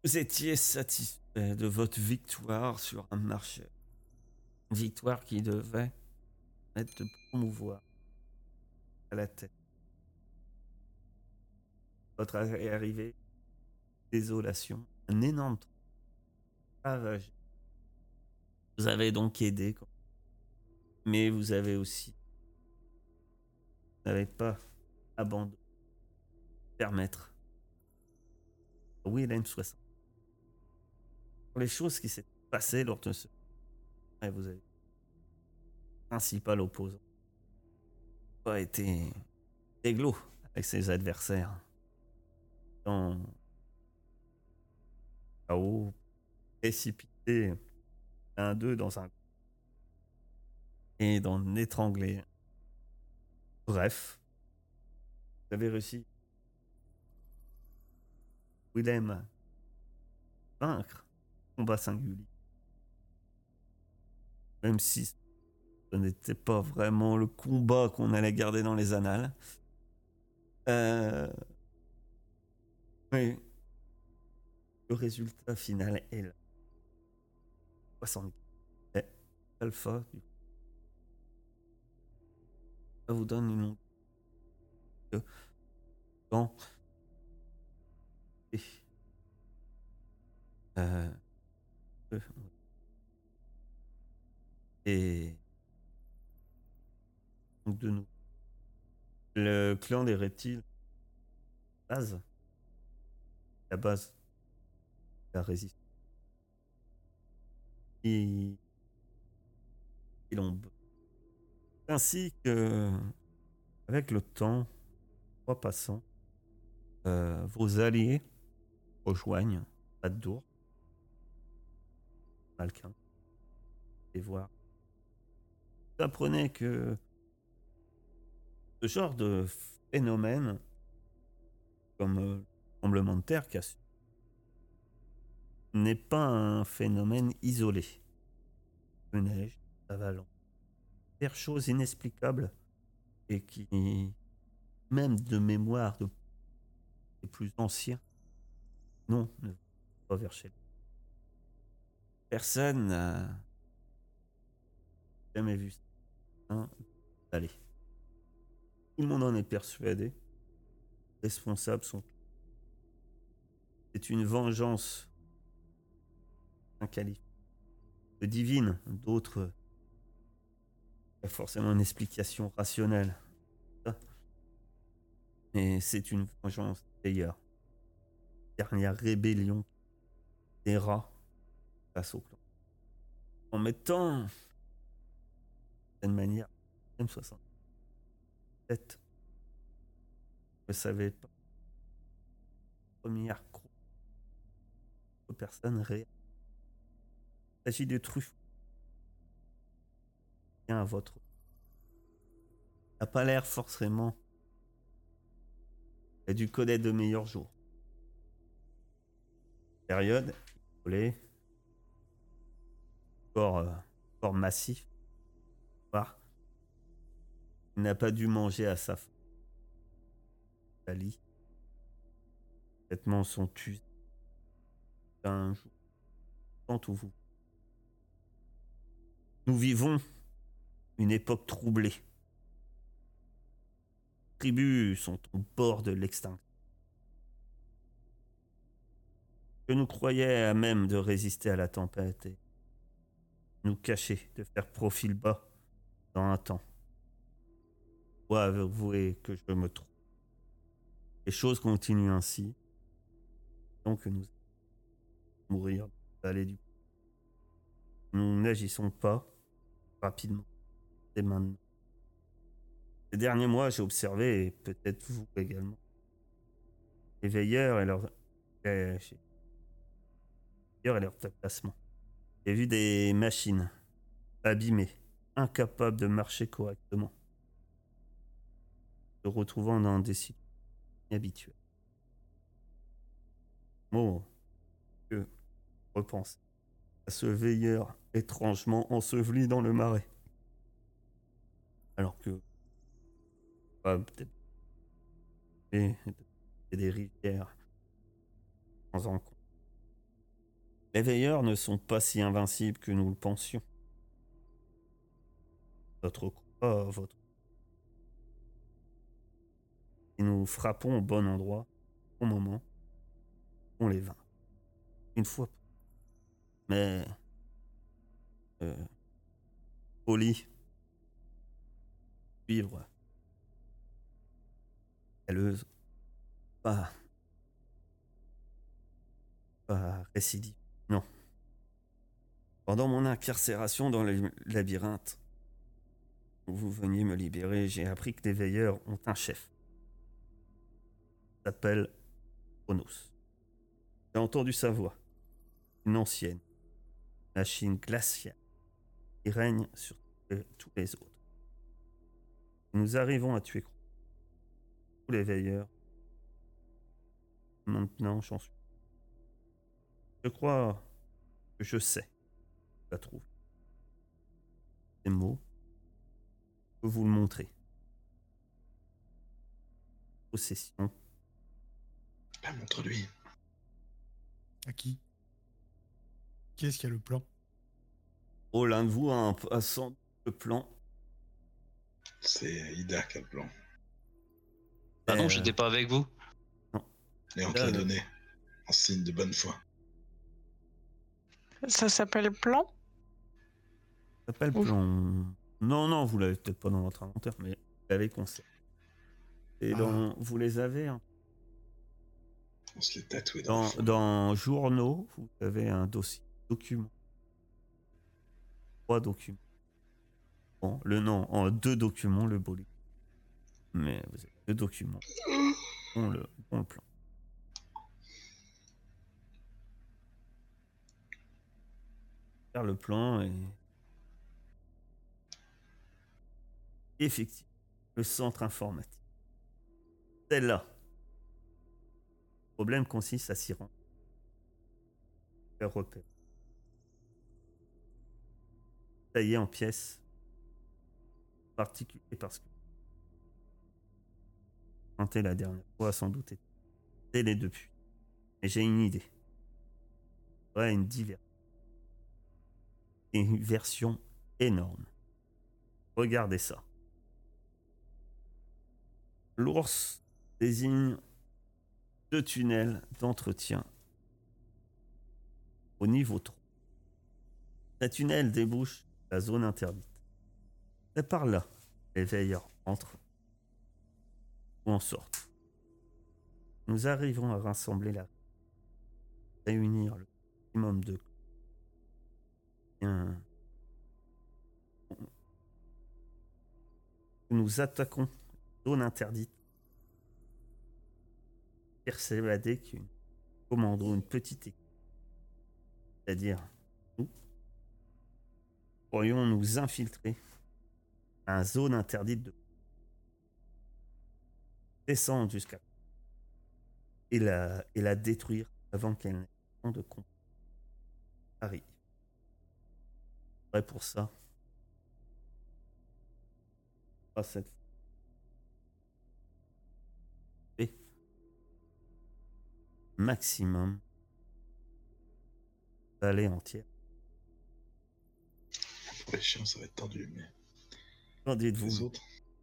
Vous étiez satisfait de votre victoire sur un marché. Une victoire qui devait être de promouvoir à la tête. Votre arrivée, désolation, un énorme ravage. Vous avez donc aidé, mais vous avez aussi, vous n'avez pas abandonné, permettre à Willem 60. Pour les choses qui s'est passées lors de ce. Et vous avez, principal opposant, pas été églo avec ses adversaires. Dans chaos, précipité un d'eux dans un et d'en étrangler. Bref, vous avez réussi, Willem, à vaincre combat singulier. Même si ce n'était pas vraiment le combat qu'on allait garder dans les annales. Mais le résultat final est là. 60. Et Alpha, du coup, ça vous donne une longueur dans et, euh, et donc de nous. Le clan des reptiles, base, la base, la résistance. Ils, ils l'ont. Ainsi que, avec le temps, trois passant, vos alliés rejoignent Adour, Malkin, et voir. Vous apprenez que ce genre de phénomène, comme le tremblement de terre, n'est pas un phénomène isolé. De neige, d'avalanche, faire choses inexplicables et qui, même de mémoire des plus anciens, non, ne vont pas vers chez lui. Personne n'a jamais vu ça. Hein. Allez, tout le monde en est persuadé. Les responsables sont. C'est une vengeance inqualifiée, divine. D'autres, il y a forcément une explication rationnelle. Mais c'est une vengeance d'ailleurs. Dernière rébellion des rats face au clan. En mettant, d'une manière, M67, je ne savais pas. Première personne réelle. Il s'agit de truffes. Bien à votre. N'a pas l'air forcément. Il a dû connaître de meilleurs jours. Période, isolée, corps massif. Voir. Il n'a pas dû manger à sa faim. Lit. Vêtements sont usés. Un jour. Tant où vous. Nous vivons une époque troublée. Les tribus sont au bord de l'extinction. Que nous croyais à même de résister à la tempête et nous cacher, de faire profil bas dans un temps. Je dois avouer que je me trompe. Les choses continuent ainsi, donc nous allons mourir d'aller du. Nous n'agissons pas rapidement, dès maintenant. Ces derniers mois, j'ai observé, et peut-être vous également, les veilleurs et leur déplacement. J'ai vu des machines abîmées, incapables de marcher correctement, se retrouvant dans des situations inhabituelles. Oh, que repense à ce veilleur étrangement enseveli dans le marais. Alors que, peut-être, et des rivières sans encombre. Les veilleurs ne sont pas si invincibles que nous le pensions. Votre croix, votre... Si nous frappons au bon endroit, au moment, on les vainc. Une fois. Mais... Poli, vivre, helleuse, pas... pas récidive. Non. Pendant mon incarcération dans le labyrinthe, où vous veniez me libérer, j'ai appris que les veilleurs ont un chef. Il s'appelle Chronos. J'ai entendu sa voix. Une ancienne machine glaciale qui règne sur tous les autres. Nous arrivons à tuer tous les veilleurs. Maintenant, j'en suis. Je crois que je sais la trouver. Ces mots, je peux vous le montrer. Possession. Ben, montre-lui. À qui? Qui est-ce qui a le plan? Oh, l'un de vous a un passant le plan. C'est Ida qui a le plan. Ah non, j'étais pas avec vous. Et on te l'a donné. En signe de bonne foi. Ça s'appelle plan? Ça s'appelle plan. Non, vous l'avez peut-être pas dans votre inventaire, mais vous l'avez conservé. Et dans... Vous les avez, hein. On se les tatoué dans dans journaux, vous avez un dossier, document. 3 documents. Bon, le nom, en 2 documents, le beau livre. Mais vous avez 2 documents. Bon le plan. Faire le plan et... Effectivement, le centre informatique. C'est là. Le problème consiste à s'y rendre. Faire repère. Taillé en pièces. Particulier parce que... Quand la dernière fois, sans doute, était les depuis. Mais j'ai une idée. Ouais, une diversion. Une version énorme. Regardez ça. L'ours désigne 2 tunnels d'entretien au niveau 3. Les tunnels débouchent la zone interdite. C'est par là les veilleurs entrent ou en sortent. Nous arrivons à rassembler réunir le maximum de... Nous attaquons la zone interdite. Persuadé qu'une commando, une petite équipe, c'est-à-dire nous, pourrions nous infiltrer à la zone interdite de descendre jusqu'à et la détruire avant qu'elle n'ait le temps de arrive. Pour ça, pas cette et maximum d'aller entière. Pour les chiens, ça va être tendu, mais... Qu'en dites-vous? Les autres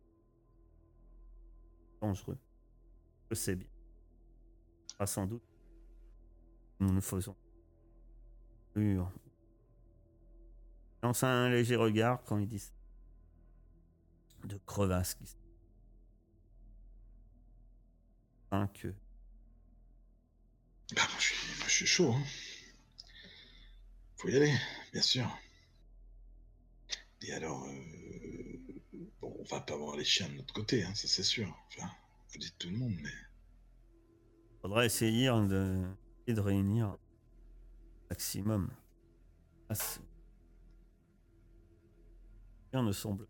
dangereux. Je sais bien. Pas sans doute. Nous nous faisons. On lance un léger regard quand ils disent de crevasse qui se... que... Bah, moi, je suis chaud, hein. Faut y aller, bien sûr. Et alors, bon, on va pas voir les chiens de notre côté, hein, ça c'est sûr. Enfin, vous dites tout le monde, mais... Faudra essayer de réunir un maximum. Rien ne semble.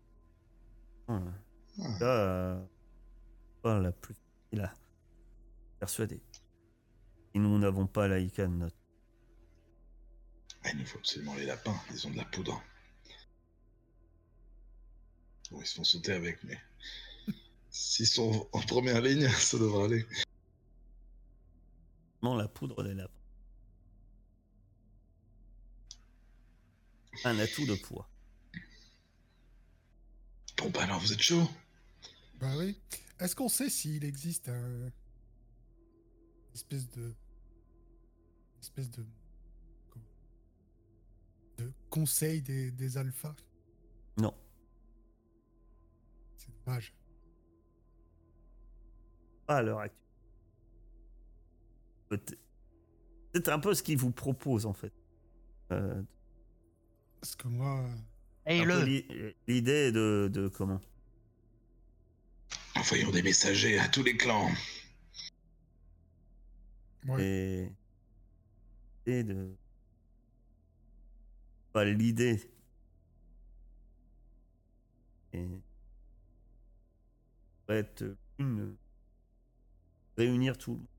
Là, pas la plus facile à persuader. Et nous n'avons pas la ICAN note. Il nous faut absolument les lapins, ils ont de la poudre. Bon, ils se font sauter avec, mais... S'ils sont en première ligne, ça devrait aller. Non, la poudre des lapins. un atout de poids. Bon, bah alors, vous êtes chaud? Bah oui. Est-ce qu'on sait s'il existe un espèce de espèce comment- de conseil des alphas? Non. C'est dommage. Pas à l'heure actuelle. C'est un peu ce qu'ils vous proposent en fait. Euh, Parce que moi, un peu Hey-le! l'idée de comment Envoyons des messagers à tous les clans. ouais, et de pas l'idée et va être une réunir tout le monde.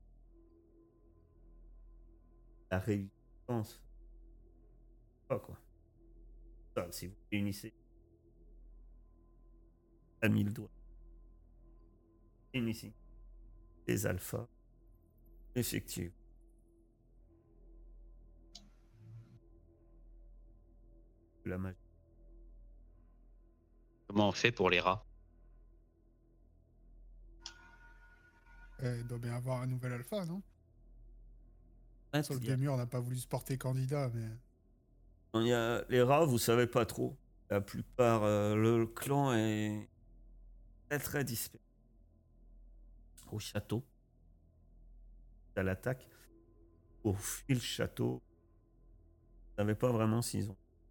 La résistance. Pas quoi. Ça, si vous réunissez à 1000 doigts. Réunissez les alphas. Effectivement. La magie. Comment on fait pour les rats? il doit bien avoir un nouvel alpha, non? En fait, Solgemur n'a pas voulu se porter candidat, mais il y a les rats, vous savez pas trop. La plupart, le clan est très très dispersé. Au château, à l'attaque, au fil château, vous savez pas vraiment s'ils ont.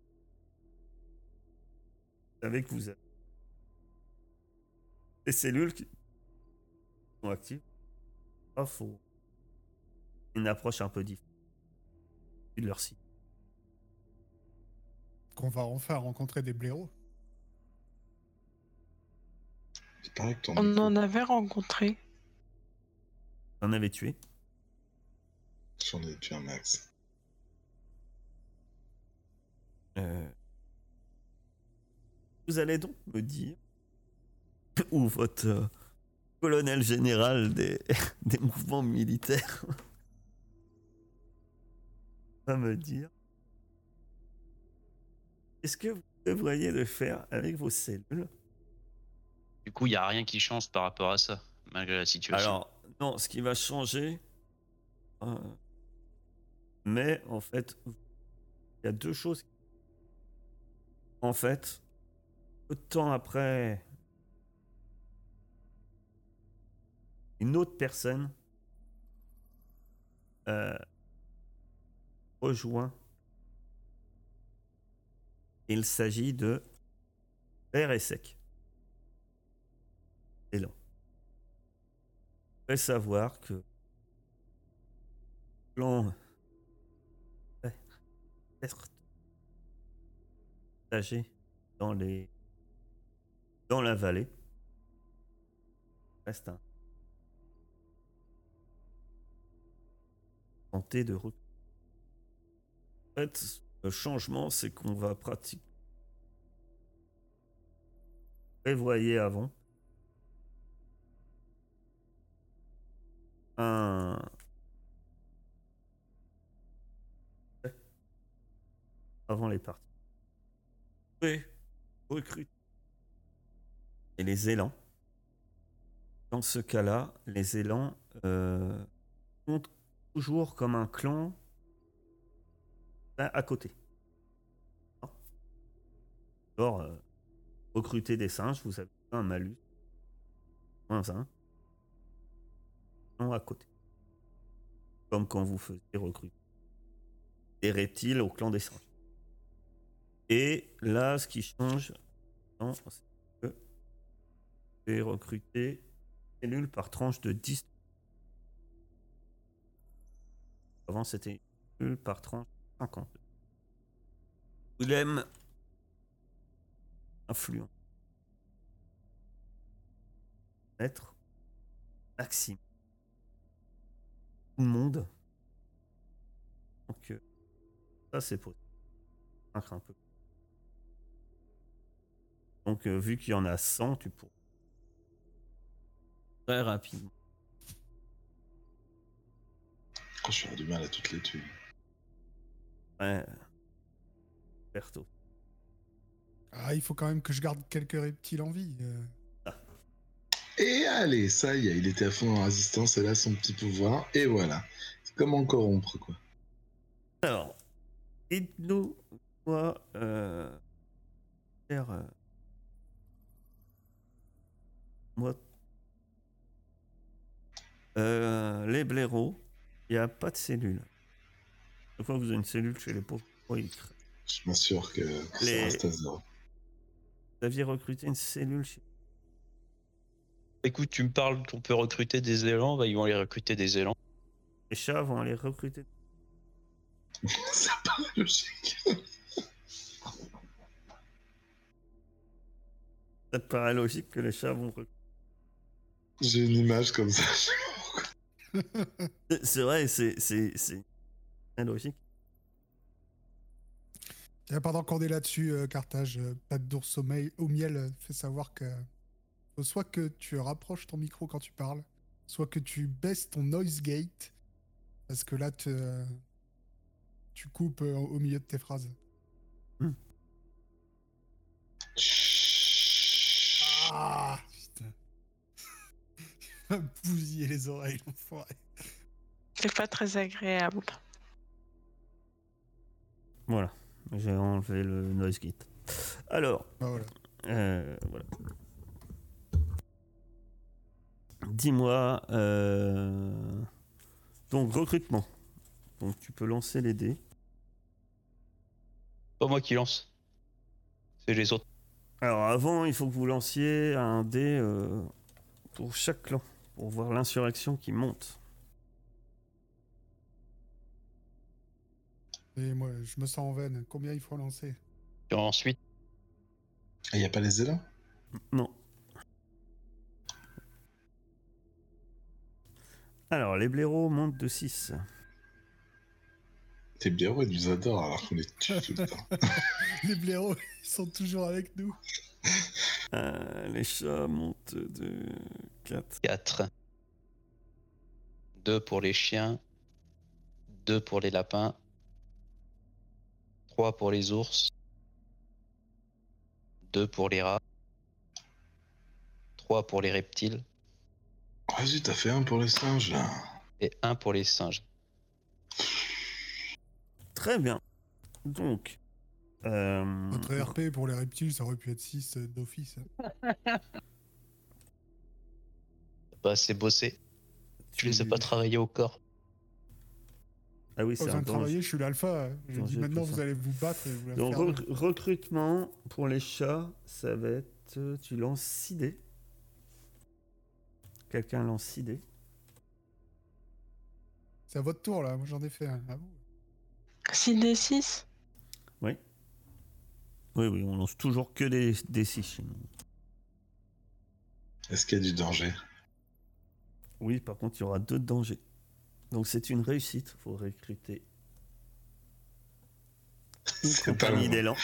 Vous savez que vous avez des cellules qui sont actives. Il faut une approche un peu différente de leur site. qu'on va enfin rencontrer des blaireaux. Il paraît que t'en On as en avait rencontré. Vous en avez tué. J'en ai tué un max. Vous allez donc me dire ou votre colonel général des mouvements militaires va me dire qu'est-ce que vous devriez de faire avec vos cellules. Du coup, il n'y a rien qui change par rapport à ça, malgré la situation. Alors, non, ce qui va changer, mais en fait, il y a deux choses. En fait, peu de temps après, une autre personne rejoint. Il s'agit de Vert et Sec. Et là, il faut savoir que l'on être partagé dans la vallée. Reste un tenter de recruter. En fait, le changement, c'est qu'on va pratiquer. Prévoyez avant un avant les parties. Vous pouvez recruter et les élans. Dans ce cas-là, les élans comptent toujours comme un clan à côté. Genre, recruter des singes, vous avez un malus. -1. Non, à côté. Comme quand vous faisiez recruter des reptiles au clan des singes. Et là, ce qui change, c'est que vous pouvez recruter cellules par tranche de 10. Avant, c'était une par tranche de 50. Il aime influent. Être maximum. Tout le monde. Donc, ça, c'est possible. Un peu. Donc, vu qu'il y en a 100, tu pourras très rapidement. Je vais avoir du mal à toutes les tuer. Ouais. Berthaud. Ah, il faut quand même que je garde quelques reptiles en vie. Et allez, ça y est, il était à fond en résistance, et là, son petit pouvoir, et voilà. C'est comme en corrompre, quoi. Alors, dites-nous, moi, faire, moi, les blaireaux, il n'y a pas de cellule. Chaque fois que vous avez une cellule chez les pauvres, ils crèvent. Je m'assure que ça Les- reste à zéro. Vous aviez recruté une cellule chez... Écoute, tu me parles qu'on peut recruter des élans, bah ils vont aller recruter des élans. Les chats vont aller recruter. Ça paraît logique. Ça te paraît logique que les chats vont recruter. J'ai une image comme ça. C'est vrai, c'est très logique. Tiens, pendant qu'on est là-dessus, Carthage, Patte d'ours au miel fait savoir que faut soit que tu rapproches ton micro quand tu parles, soit que tu baisses ton noise gate, parce que là, tu coupes au milieu de tes phrases. Ah, putain. Il m'a bousillé les oreilles, l'enfoiré. C'est pas très agréable. Voilà, j'ai enlevé le noise gate. Alors, Ah, voilà. voilà. Dis-moi, donc recrutement. Donc tu peux lancer les dés. Pas moi qui lance. C'est les autres. Alors avant, il faut que vous lanciez un dé pour chaque clan, pour voir l'insurrection qui monte. Et moi, je me sens en veine. Combien il faut lancer? Et ensuite, Il n'y a pas les élans? Non. Alors, les blaireaux montent de 6. Tes blaireaux, ils nous adorent alors qu'on les tue tout le temps. Les blaireaux, ils sont toujours avec nous. Les chats montent de 4. 4. 2 pour les chiens. 2 pour les lapins. 3 pour les ours. 2 pour les rats. 3 pour les reptiles. Vas-y, t'as fait un pour les singes, là. Et 1 pour les singes. Très bien. Donc, Notre RP pour les reptiles, ça aurait pu être 6 d'office. Bah, c'est bossé. Tu les as pas travaillés au corps. ah oui, Pas c'est besoin un de danger. travailler, je suis l'alpha. Je Danger dis maintenant, plus vous ça. allez vous battre et vous la Donc, faire. recrutement pour les chats, ça va être. Tu lances 6 dés. Quelqu'un lance 6 dés. C'est à votre tour, là. Moi, j'en ai fait un. À vous. 6d6. Oui. Oui, oui, on lance toujours que des 6 chez nous. Est-ce qu'il y a du danger? Oui, par contre, il y aura 2 dangers. Donc, c'est une réussite. Il faut recruter une C'est pas compagnie le d'élan.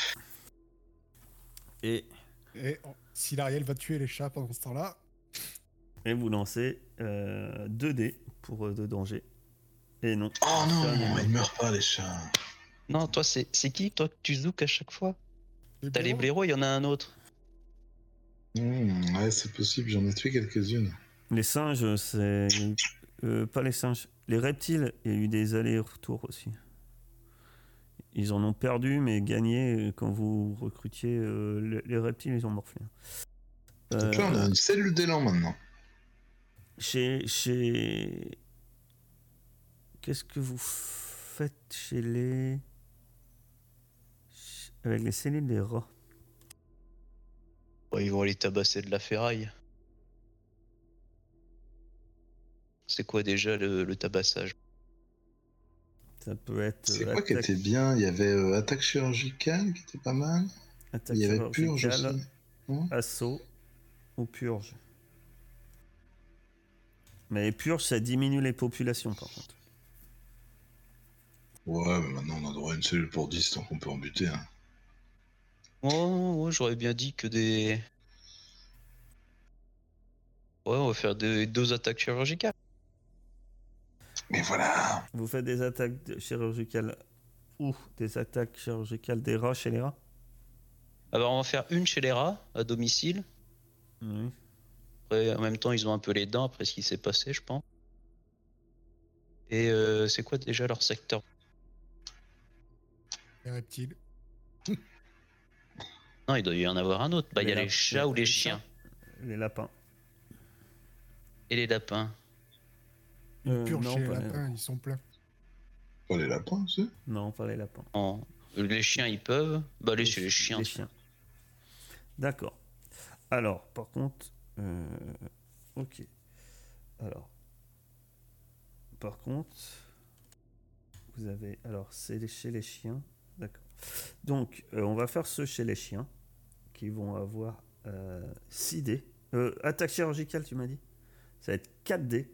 Et Si l'Ariel va tuer les chats pendant ce temps-là, vous lancez 2 dés pour 2 dangers. Et non. Oh Ça, non, non. ils meurent pas, les chats. Non, toi, c'est qui, toi, que tu zoukes à chaque fois? T'as les blaireaux, il y en a un autre. Ouais, c'est possible, j'en ai tué quelques-unes. Les singes, c'est. Pas les singes. Les reptiles, il y a eu des allers-retours aussi. Ils en ont perdu, mais gagné quand vous recrutiez. Les reptiles, ils ont morflé. Donc là, on a une cellule d'élan maintenant. Chez. Qu'est-ce que vous faites chez les. Avec les cellules des rats? Ouais, ils vont aller tabasser de la ferraille. C'est quoi déjà le tabassage? Ça peut être. C'est quoi qui était bien? Il y avait attaque chirurgicale qui était pas mal. Attaque Il y avait purge chirurgicale, aussi. Non? assaut ou purge. Mais purge, ça diminue les populations par contre. Ouais, mais maintenant on a droit à une cellule pour 10 tant qu'on peut en buter. Hein. Oh, ouais, j'aurais bien dit que des. Ouais, on va faire 2 attaques chirurgicales. Mais voilà. Vous faites des attaques chirurgicales ou des attaques chirurgicales des rats chez les rats? Alors on va faire une chez les rats, à domicile. Oui. Après, en même temps, ils ont un peu les dents après ce qui s'est passé, je pense. Et c'est quoi déjà leur secteur? Les reptiles. Non, il doit y en avoir un autre. Bah, il y a les lap- chats ou les les chiens. Les lapins. Et les lapins. Une purge non, chez les pas lapins, ils sont pleins. Pas les lapins, c'est Non, pas les lapins. Oh. Les chiens, ils peuvent. Bah, allez, c'est les chiens. Les chiens. D'accord. Alors, par contre, ok. Alors, par contre, vous avez, alors c'est chez les chiens, d'accord. Donc, on va faire ceux chez les chiens qui vont avoir 6 dés. Attaque chirurgicale, tu m'as dit. Ça va être 4 dés.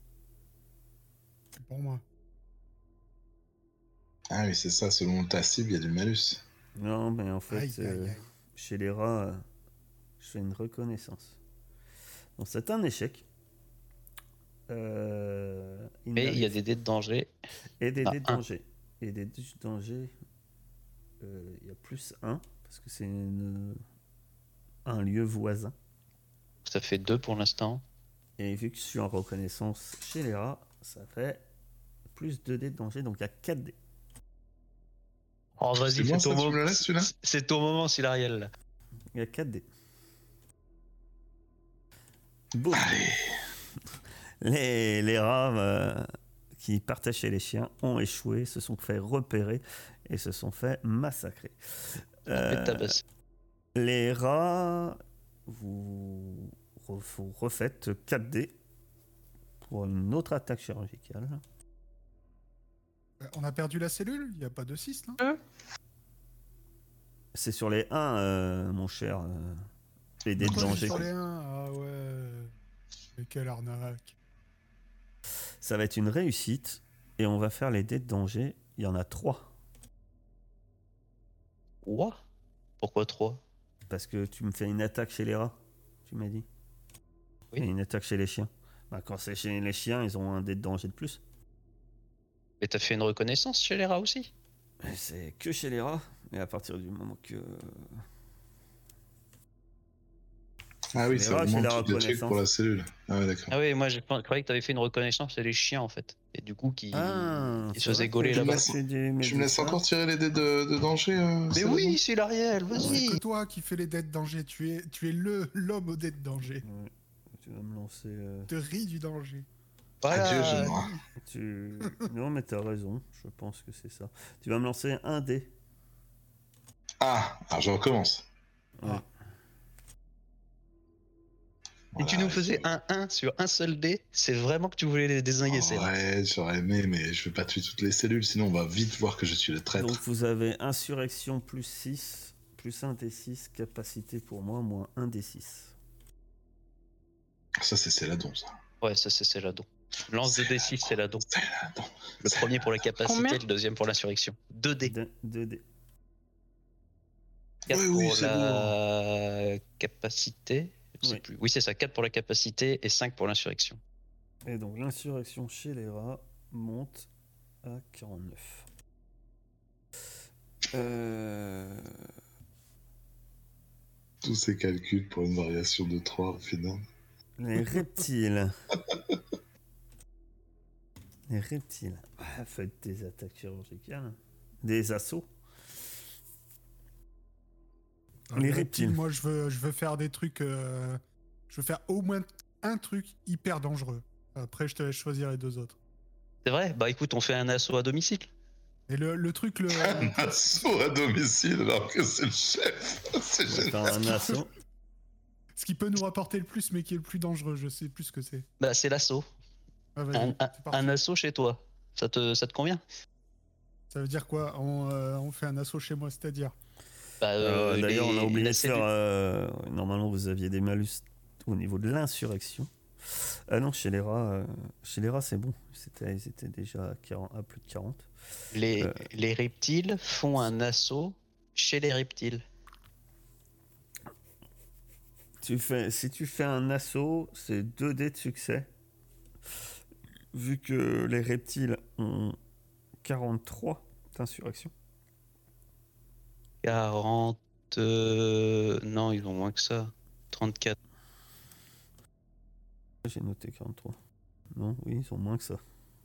C'est pour moi. Ah oui, c'est ça, selon ta cible, il y a du malus. Non, mais en fait, Aïe, aïe, aïe. chez les rats, je fais une reconnaissance. Donc, c'est un échec. Mais il y a des dés de danger. Et des Ah, dés de un. danger. Et des dés de danger, il y a plus 1, parce que c'est un lieu voisin. Ça fait 2 pour l'instant. Et vu que je suis en reconnaissance chez les rats, ça fait plus 2 dés de danger, donc il y a 4 dés. Oh, vas-y, C'est moi, ça, tu me le laisses, celui-là c'est ton moment, Silariel. Là. Il y a 4 dés. Boum. Les rats qui partaient chez les chiens ont échoué, se sont fait repérer et se sont fait massacrer. Les rats, vous refaites 4 dés pour une autre attaque chirurgicale. On a perdu la cellule. Il n'y a pas de 6 là. C'est sur les 1, mon cher. Les dés de Pourquoi danger. sur les 1 Ah ouais. Mais quelle arnaque. Ça va être une réussite et on va faire les dés de danger. Il y en a 3. Quoi? Pourquoi 3? Parce que tu me fais une attaque chez les rats, tu m'as dit. Oui. Et une attaque chez les chiens. Bah, quand c'est chez les chiens, ils ont un dé de danger de plus. Mais t'as fait une reconnaissance chez les rats aussi? Mais c'est que chez les rats. Et à partir du moment que... Ah oui, Les c'est rats, vraiment j'ai la un truc reconnaissance. pour la cellule. Ah ouais, d'accord. Ah oui, moi je croyais que t'avais fait une reconnaissance chez les chiens en fait. Et du coup, qui se c'est faisaient vrai gauler que là-bas. Tu me laisses encore tirer les dés de danger Mais Salomon oui, Silariel, C'est vas-y! que toi qui fais les dettes de danger. Tu es l'homme aux dettes de danger. Ouais. Tu vas me lancer... Te ris du danger. Adieu, Voilà! jeune rat. Non, mais t'as raison. Je pense que c'est ça. Tu vas me lancer un dé. Ah, alors je recommence. Ouais. Ah. Et tu nous faisais un 1 sur un seul dé, c'est vraiment que tu voulais les désinguer, c'est vrai. Ouais, j'aurais aimé, mais je vais pas tuer toutes les cellules, sinon on va vite voir que je suis le traître. Donc vous avez insurrection plus 6, plus 1 des 6, capacité pour moi, moins 1 des 6. Ça, c'est Céladon, ça. Ouais, ça c'est la don. Lance de D6, c'est la don. Céladon. Le premier pour la capacité, Combien le deuxième pour l'insurrection. 2 dés. 2 dés. 4 Oui, pour c'est la capacité. Je sais Oui. plus. Oui, c'est ça, 4 pour la capacité et 5 pour l'insurrection. Et donc l'insurrection chez les rats monte à 49. Tous ces calculs pour une variation de 3 au final. Les reptiles. Les reptiles. Ah, faites des attaques chirurgicales. Des assauts. Les reptiles. Moi, je veux faire des trucs. Je veux faire au moins un truc hyper dangereux. Après, je te laisse choisir les 2 autres. C'est vrai? Bah écoute, on fait un assaut à domicile. Et le truc, le. Un assaut à domicile alors que c'est le chef. C'est On va génial. faire un assaut. Ce qui peut nous rapporter le plus, mais qui est le plus dangereux. Je sais plus ce que c'est. Bah c'est l'assaut. Ah, vas-y, Un, c'est parti. un assaut chez toi. Ça te convient? Ça veut dire quoi on fait un assaut chez moi, c'est-à-dire Bah, D'ailleurs, on a oublié la de faire. Normalement, vous aviez des malus au niveau de l'insurrection. Ah non, chez les rats, c'est bon. Ils étaient déjà à plus de 40. Les reptiles font un assaut chez les reptiles. Si tu fais un assaut, c'est 2 dés de succès. Vu que les reptiles ont 43 d'insurrection. 43. Non, ils ont moins que ça. 34. J'ai noté 43. Non, oui, ils ont moins que ça.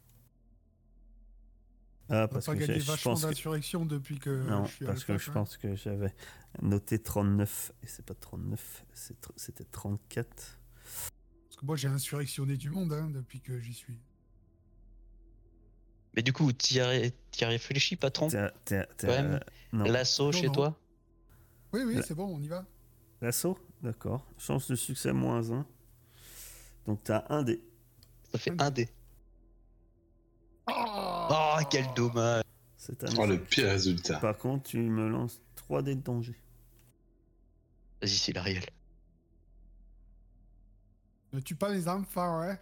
Ah, On parce pas que gagné je vachement pense que... d'insurrection depuis que Non, je suis parce que alpha, je quoi. pense que j'avais noté 39, et c'est pas 39, c'était 34. Parce que moi, j'ai insurrectionné du monde depuis que j'y suis. Mais du coup, t'y as réfléchi, patron? T'es Quand même. non. L'assaut Non, chez non. toi? Oui, oui, La- c'est bon, on y va. L'assaut? D'accord. Chance de succès -1. Donc t'as un dé. Ça fait un dé. Oh, Oh, quel dommage. C'est un Oh, le échec. pire résultat. Par contre, tu me lances 3 dés de danger. Vas-y, c'est l'Ariel. Ne tue pas les enfants, ouais.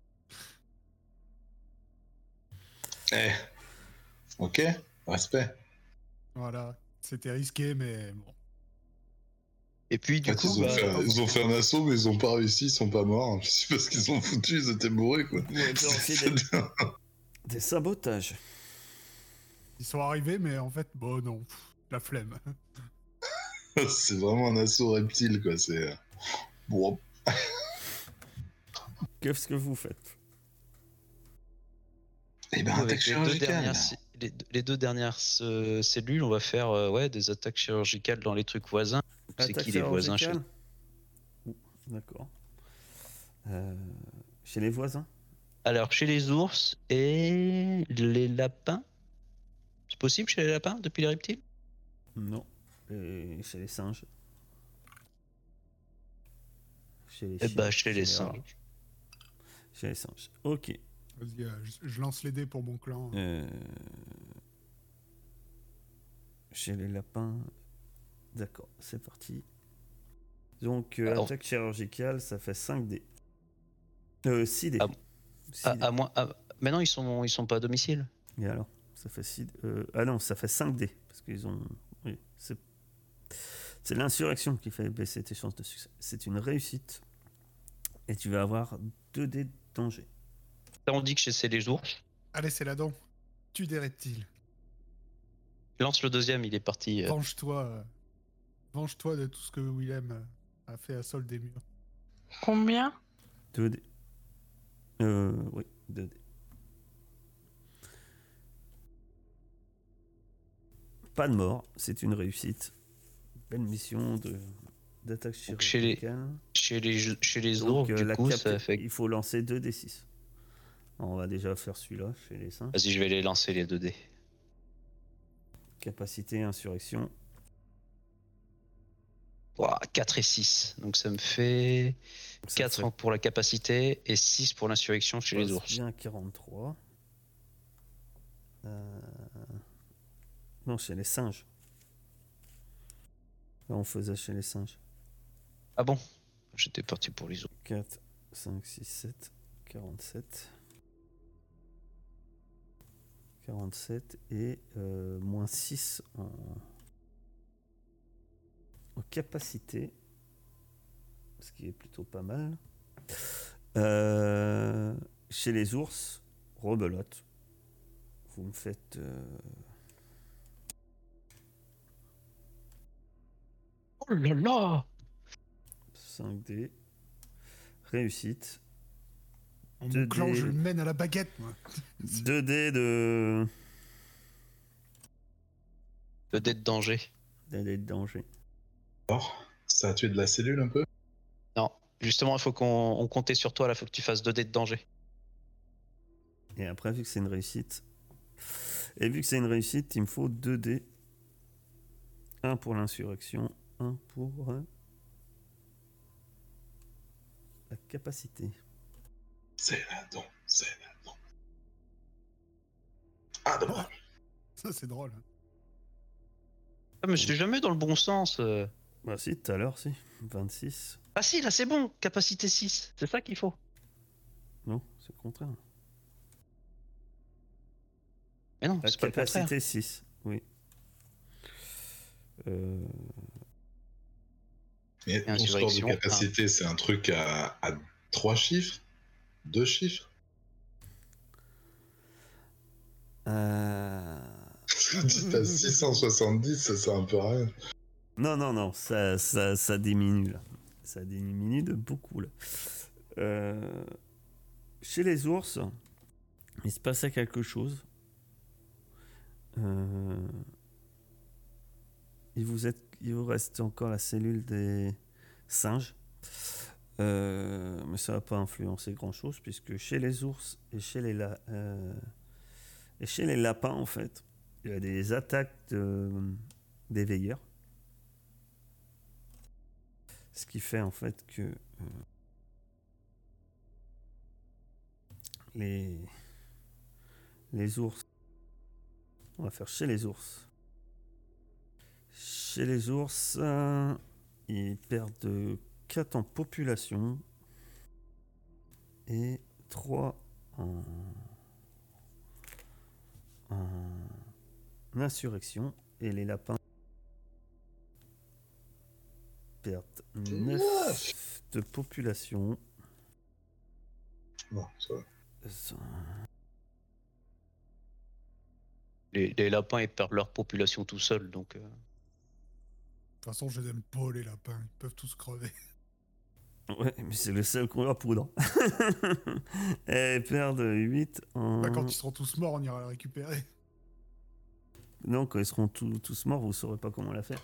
Eh, ok, respect. Voilà. C'était risqué, mais bon. Et puis, En du fait, coup, ils ont fait un assaut, mais ils ont pas réussi, ils sont pas morts. C'est parce qu'ils ont foutu, ils étaient bourrés, quoi. Vous pouvez lancer des sabotages. Ils sont arrivés, mais en fait, bon, non. La flemme. C'est vraiment un assaut reptile, quoi. C'est. Bon. Qu'est-ce que vous faites? Eh ben, avec attaque chirurgicale. les deux dernières cellules, on va faire des attaques chirurgicales dans les trucs voisins. C'est Attaque qui les voisins chez... chirurgicale? D'accord. Chez les voisins? Alors, chez les ours et les lapins. C'est possible chez les lapins depuis les reptiles? Non. Et chez les singes? Chez les Eh chiens, bah, chez les rats. singes. Chez les singes. Ok. Vas-y, je lance les dés pour mon clan. Chez les lapins. D'accord, c'est parti. Donc, Alors- attaque chirurgicale, ça fait 5 dés. 6 dés. Ah, 6 dés. Maintenant, ils sont pas à domicile. Et alors, ça fait 6 ah non, ça fait 5 dés. Parce qu'ils ont. Oui, c'est l'insurrection qui fait baisser tes chances de succès. C'est une réussite. Et tu vas avoir 2 dés de danger. Ça, on dit que c'est les ours. Allez, c'est là-dedans. Tue des reptiles. Lance le deuxième, il est parti. Venge-toi. Venge-toi de tout ce que Willem a fait à Sol des murs. Combien? 2 dés. Oui, 2 dés. Pas de mort, c'est une réussite. Belle mission d'attaque Donc, chez les- chirurgicale. Chez les Donc, ours, du la coup, cap- ça fait... il faut lancer 2 D6. On va déjà faire celui-là chez les singes. Vas-y, je vais les lancer les 2 dés. Capacité insurrection. Ouah, 4 et 6. Donc ça me fait Ça 4 fait pour la capacité et 6 pour l'insurrection chez les passe ours. bien 43. Non, chez les singes. Là, on faisait chez les singes. Ah bon? J'étais parti pour les ours. 4, 5, 6, 7, 47. 47 et moins 6 en capacité. Ce qui est plutôt pas mal. Chez les ours, rebelote. Vous me faites... Oh là là! 5D. Réussite. Mon 2 clan, dés. je le mène à la baguette, moi. 2 dés de... 2 dés de danger. 2 dés de danger. Alors, ça a tué de la cellule un peu? Non, justement, il faut qu'on compte sur toi là, il faut que tu fasses 2 dés de danger. Et après, vu que c'est une réussite... Et vu que c'est une réussite, il me faut 2 dés. 1 pour l'insurrection, 1 pour la capacité. C'est là-dedans, c'est là-dedans. Ah, dommage. Ça, c'est drôle. Ah, mais je suis jamais dans le bon sens. Bah si, tout à l'heure, si. 26. Ah si, là c'est bon, capacité 6, c'est ça qu'il faut. Non, c'est le contraire. Mais non, La c'est pas le contraire. capacité 6, oui. Mais ton score de Insurrection, capacité, c'est un truc à 3 chiffres? 2 chiffres? Euh... Si t'as 670, ça sert un peu à rien. Non, ça diminue là. Ça diminue de beaucoup là. Chez les ours, il se passait quelque chose. Il vous reste encore la cellule des singes. Mais ça va pas influencer grand chose puisque chez les ours et chez les lapins en fait, il y a des attaques des veilleurs. Ce qui fait en fait que les ours, on va faire chez les ours. Chez les ours, ils perdent 4 en population et 3 en insurrection. Et les lapins perdent 9 de population. Bon, ça va. Les lapins, ils perdent leur population tout seuls, donc... De toute façon, je les aime pas, les lapins. Ils peuvent tous crever. Ouais, mais c'est le seul qu'on leur poudre. Et ils perdent 8 en... Bah, quand ils seront tous morts, on ira les récupérer. Non, quand ils seront tous morts, vous ne saurez pas comment la faire.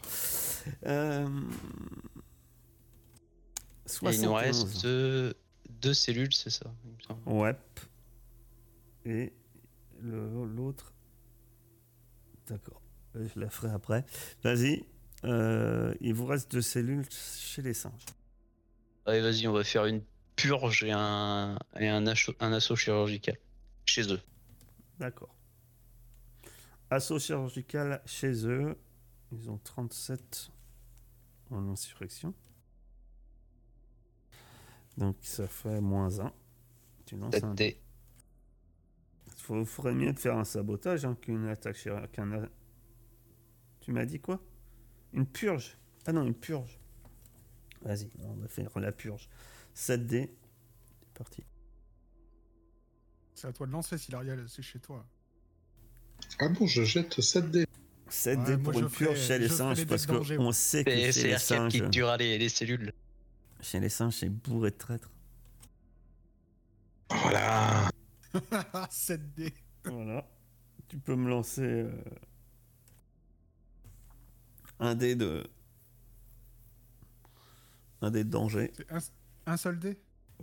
Et il nous 71. reste 2 cellules, c'est ça, il me semble. Ouais. Et l'autre... D'accord. Je la ferai après. Vas-y. Il vous reste 2 cellules chez les singes. Allez, vas-y, on va faire une purge et un assaut chirurgical. Chez eux. D'accord. Assaut chirurgical chez eux. Ils ont 37 en insurrection. Donc ça fait -1. Tu lances un dé. Il faudrait mieux de faire un sabotage qu'une attaque chirurgicale. Tu m'as dit quoi? Une purge? Ah non, une purge. Vas-y, on va faire la purge. 7 dés. C'est parti. C'est à toi de lancer, Silariel, c'est chez toi. Ah bon, je jette 7 dés. 7 Ouais, dés moi, pour une je ferai- purge chez les je ferai singes les dés parce de danger, qu'on moi. sait que chez C'est les Arcade qui singes, tuera les cellules. chez les singes, c'est bourré de traîtres. Voilà. 7D. Voilà. Tu peux me lancer un dé de danger. C'est un seul dé?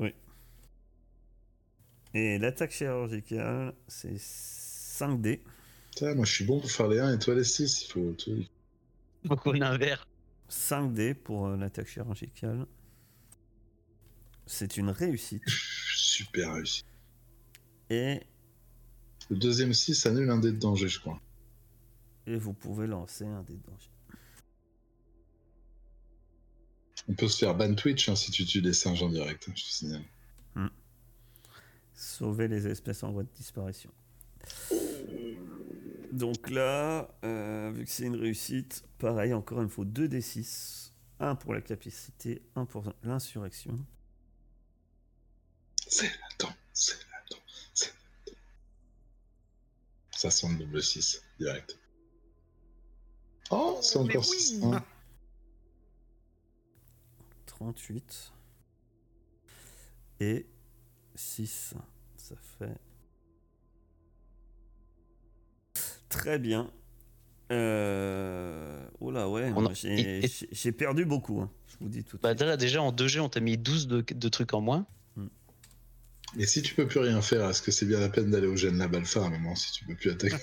Et l'attaque chirurgicale, c'est 5 dés. Putain, moi je suis bon pour faire les 1 et toi les 6. Il faut tout. Faut qu'on inverse. 5 dés pour l'attaque chirurgicale. C'est une réussite. Super réussi. Et Le deuxième 6 annule un dé de danger, je crois. vous pouvez lancer un dé de danger. On peut se faire ban Twitch si tu tues des singes en direct, je te signale. Sauver les espèces en voie de disparition. Donc là, vu que c'est une réussite, pareil, encore il me faut 2 d6. 1 pour la capacité, 1 pour l'insurrection. C'est la temps. Ça sent le double 6, direct. Oh, c'est mais encore oui 6. 38. Et 6. Ça fait... Très bien. Oh là ouais, On a- moi, j'ai perdu beaucoup, hein, je vous dis tout de Bah suite. là, déjà en 2G, on t'a mis 12 de trucs en moins. Et si tu peux plus rien faire, est-ce que c'est bien la peine d'aller au Gen Lab Alpha à un moment si tu peux plus attaquer?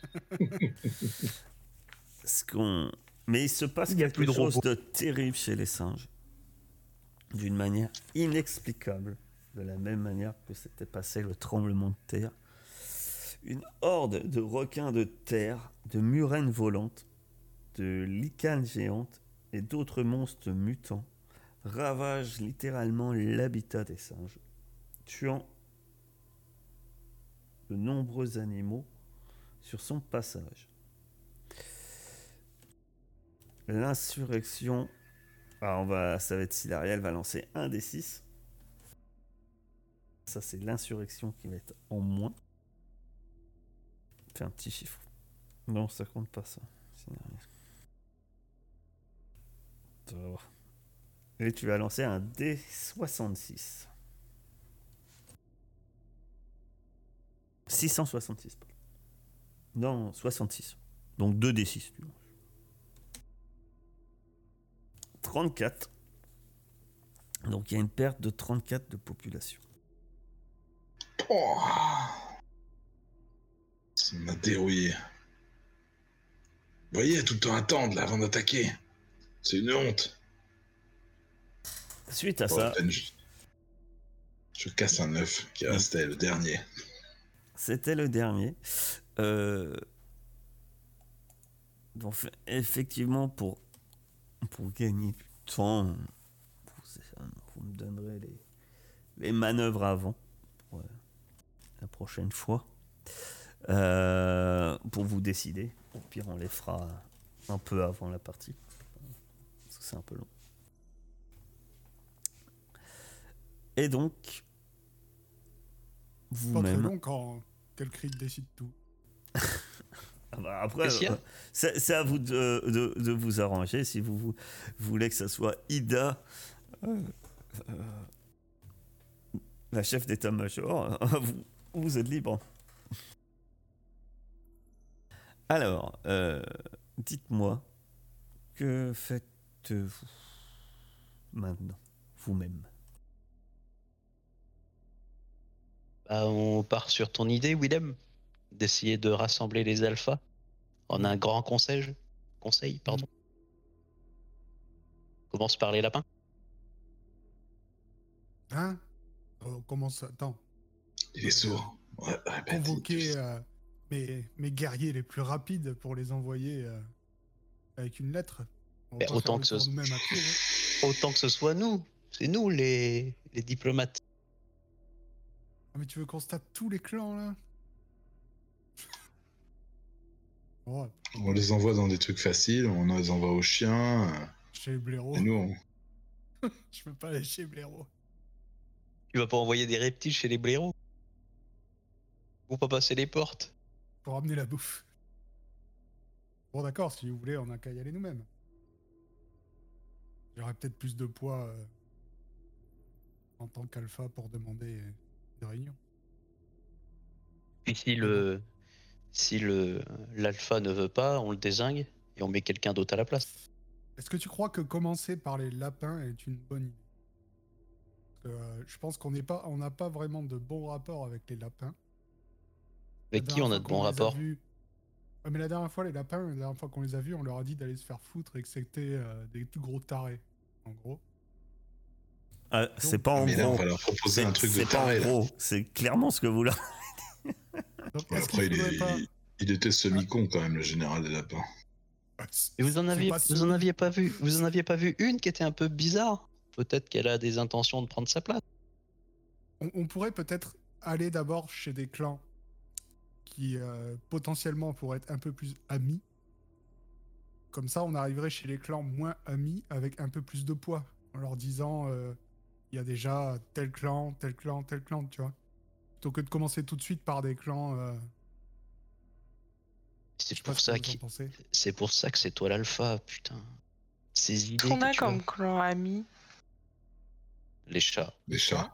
Mais il se passe Il y a quelque plus de chose robots. de terrible chez les singes. D'une manière inexplicable. De la même manière que s'était passé le tremblement de terre. Une horde de requins de terre, de murènes volantes, de licanes géantes et d'autres monstres mutants ravagent littéralement l'habitat des singes, tuant de nombreux animaux sur son passage. L'insurrection, ça va être Silariel va lancer un des 6. Ça c'est l'insurrection qui va être en moins. Fais un petit chiffre. Non, ça compte pas ça. Silariel. attends. Et tu vas lancer un D66. 666. Non, 66. Donc 2D6. 34. Donc il y a une perte de 34 de population. Oh, ça m'a dérouillé. Vous voyez, tout le temps attendre là, avant d'attaquer. C'est une honte. Suite à Bon, ça, à peine je casse un œuf qui restait le dernier. c'était le dernier. Donc effectivement, pour gagner du temps, vous me donnerez les manœuvres avant pour la prochaine fois. Pour vous décider. Au pire, on les fera un peu avant la partie. Parce que c'est un peu long. Et donc, Pas très vous-même. long quand Kelkrit décide tout. Ah bah après, Qu'est-ce qu'il y a c'est à vous de vous arranger. Si vous voulez que ça soit Ida, la chef d'état-major, vous êtes libre. Alors, dites-moi, que faites-vous maintenant, vous-même? Bah, on part sur ton idée, Willem, d'essayer de rassembler les alphas en un grand conseil. Pardon. Commence par les lapins. Hein? On commence. Attends. Il est sourd. Ouais, répète, Convoquer mes guerriers les plus rapides pour les envoyer avec une lettre. On va Mais pas autant faire le que ce tour nous-mêmes à pied. Hein. Autant que ce soit nous. C'est nous les diplomates. Ah, mais tu veux qu'on se tape tous les clans là? Ouais, On les envoie dans des trucs faciles, on les envoie aux chiens. chez les blaireaux. Et nous, on... Je peux pas aller chez les blaireaux. Tu vas pas envoyer des reptiles chez les blaireaux? Ou pas passer les portes? Pour ramener la bouffe. Bon d'accord, si vous voulez, on a qu'à y aller nous-mêmes. J'aurais peut-être plus de poids en tant qu'alpha pour demander une réunion. Puis si l'alpha ne veut pas, on le dézingue et on met quelqu'un d'autre à la place. Est-ce que tu crois que commencer par les lapins est une bonne idée? Parce que, je pense qu'on n'a pas vraiment de bons rapports avec les lapins. Avec qui on a de bons rapports? Ouais, mais la dernière fois, les lapins, la dernière fois qu'on les a vus, on leur a dit d'aller se faire foutre et que c'était des tout gros tarés, en gros. Ah, c'est pas en Mais là, on gros. va leur proposer C'est un truc de c'est pas en taré. Là. gros. C'est clairement ce que vous leur. Donc, Ouais, est-ce après, qu'il faudrait pas... il était semi-con quand même, le général des lapins. Et vous en aviez pas vu une qui était un peu bizarre? Peut-être qu'elle a des intentions de prendre sa place. On pourrait peut-être aller d'abord chez des clans qui potentiellement pourraient être un peu plus amis. Comme ça, on arriverait chez les clans moins amis avec un peu plus de poids. En leur disant, il y a déjà tel clan, tel clan, tel clan, tu vois. Plutôt que de commencer tout de suite par des clans... C'est je sais pas pour ce ça que vous en pensez. c'est pour ça que c'est toi l'alpha, putain. Ces idées Qu'on que a tu comme as. clan ami. Les chats. Les chats,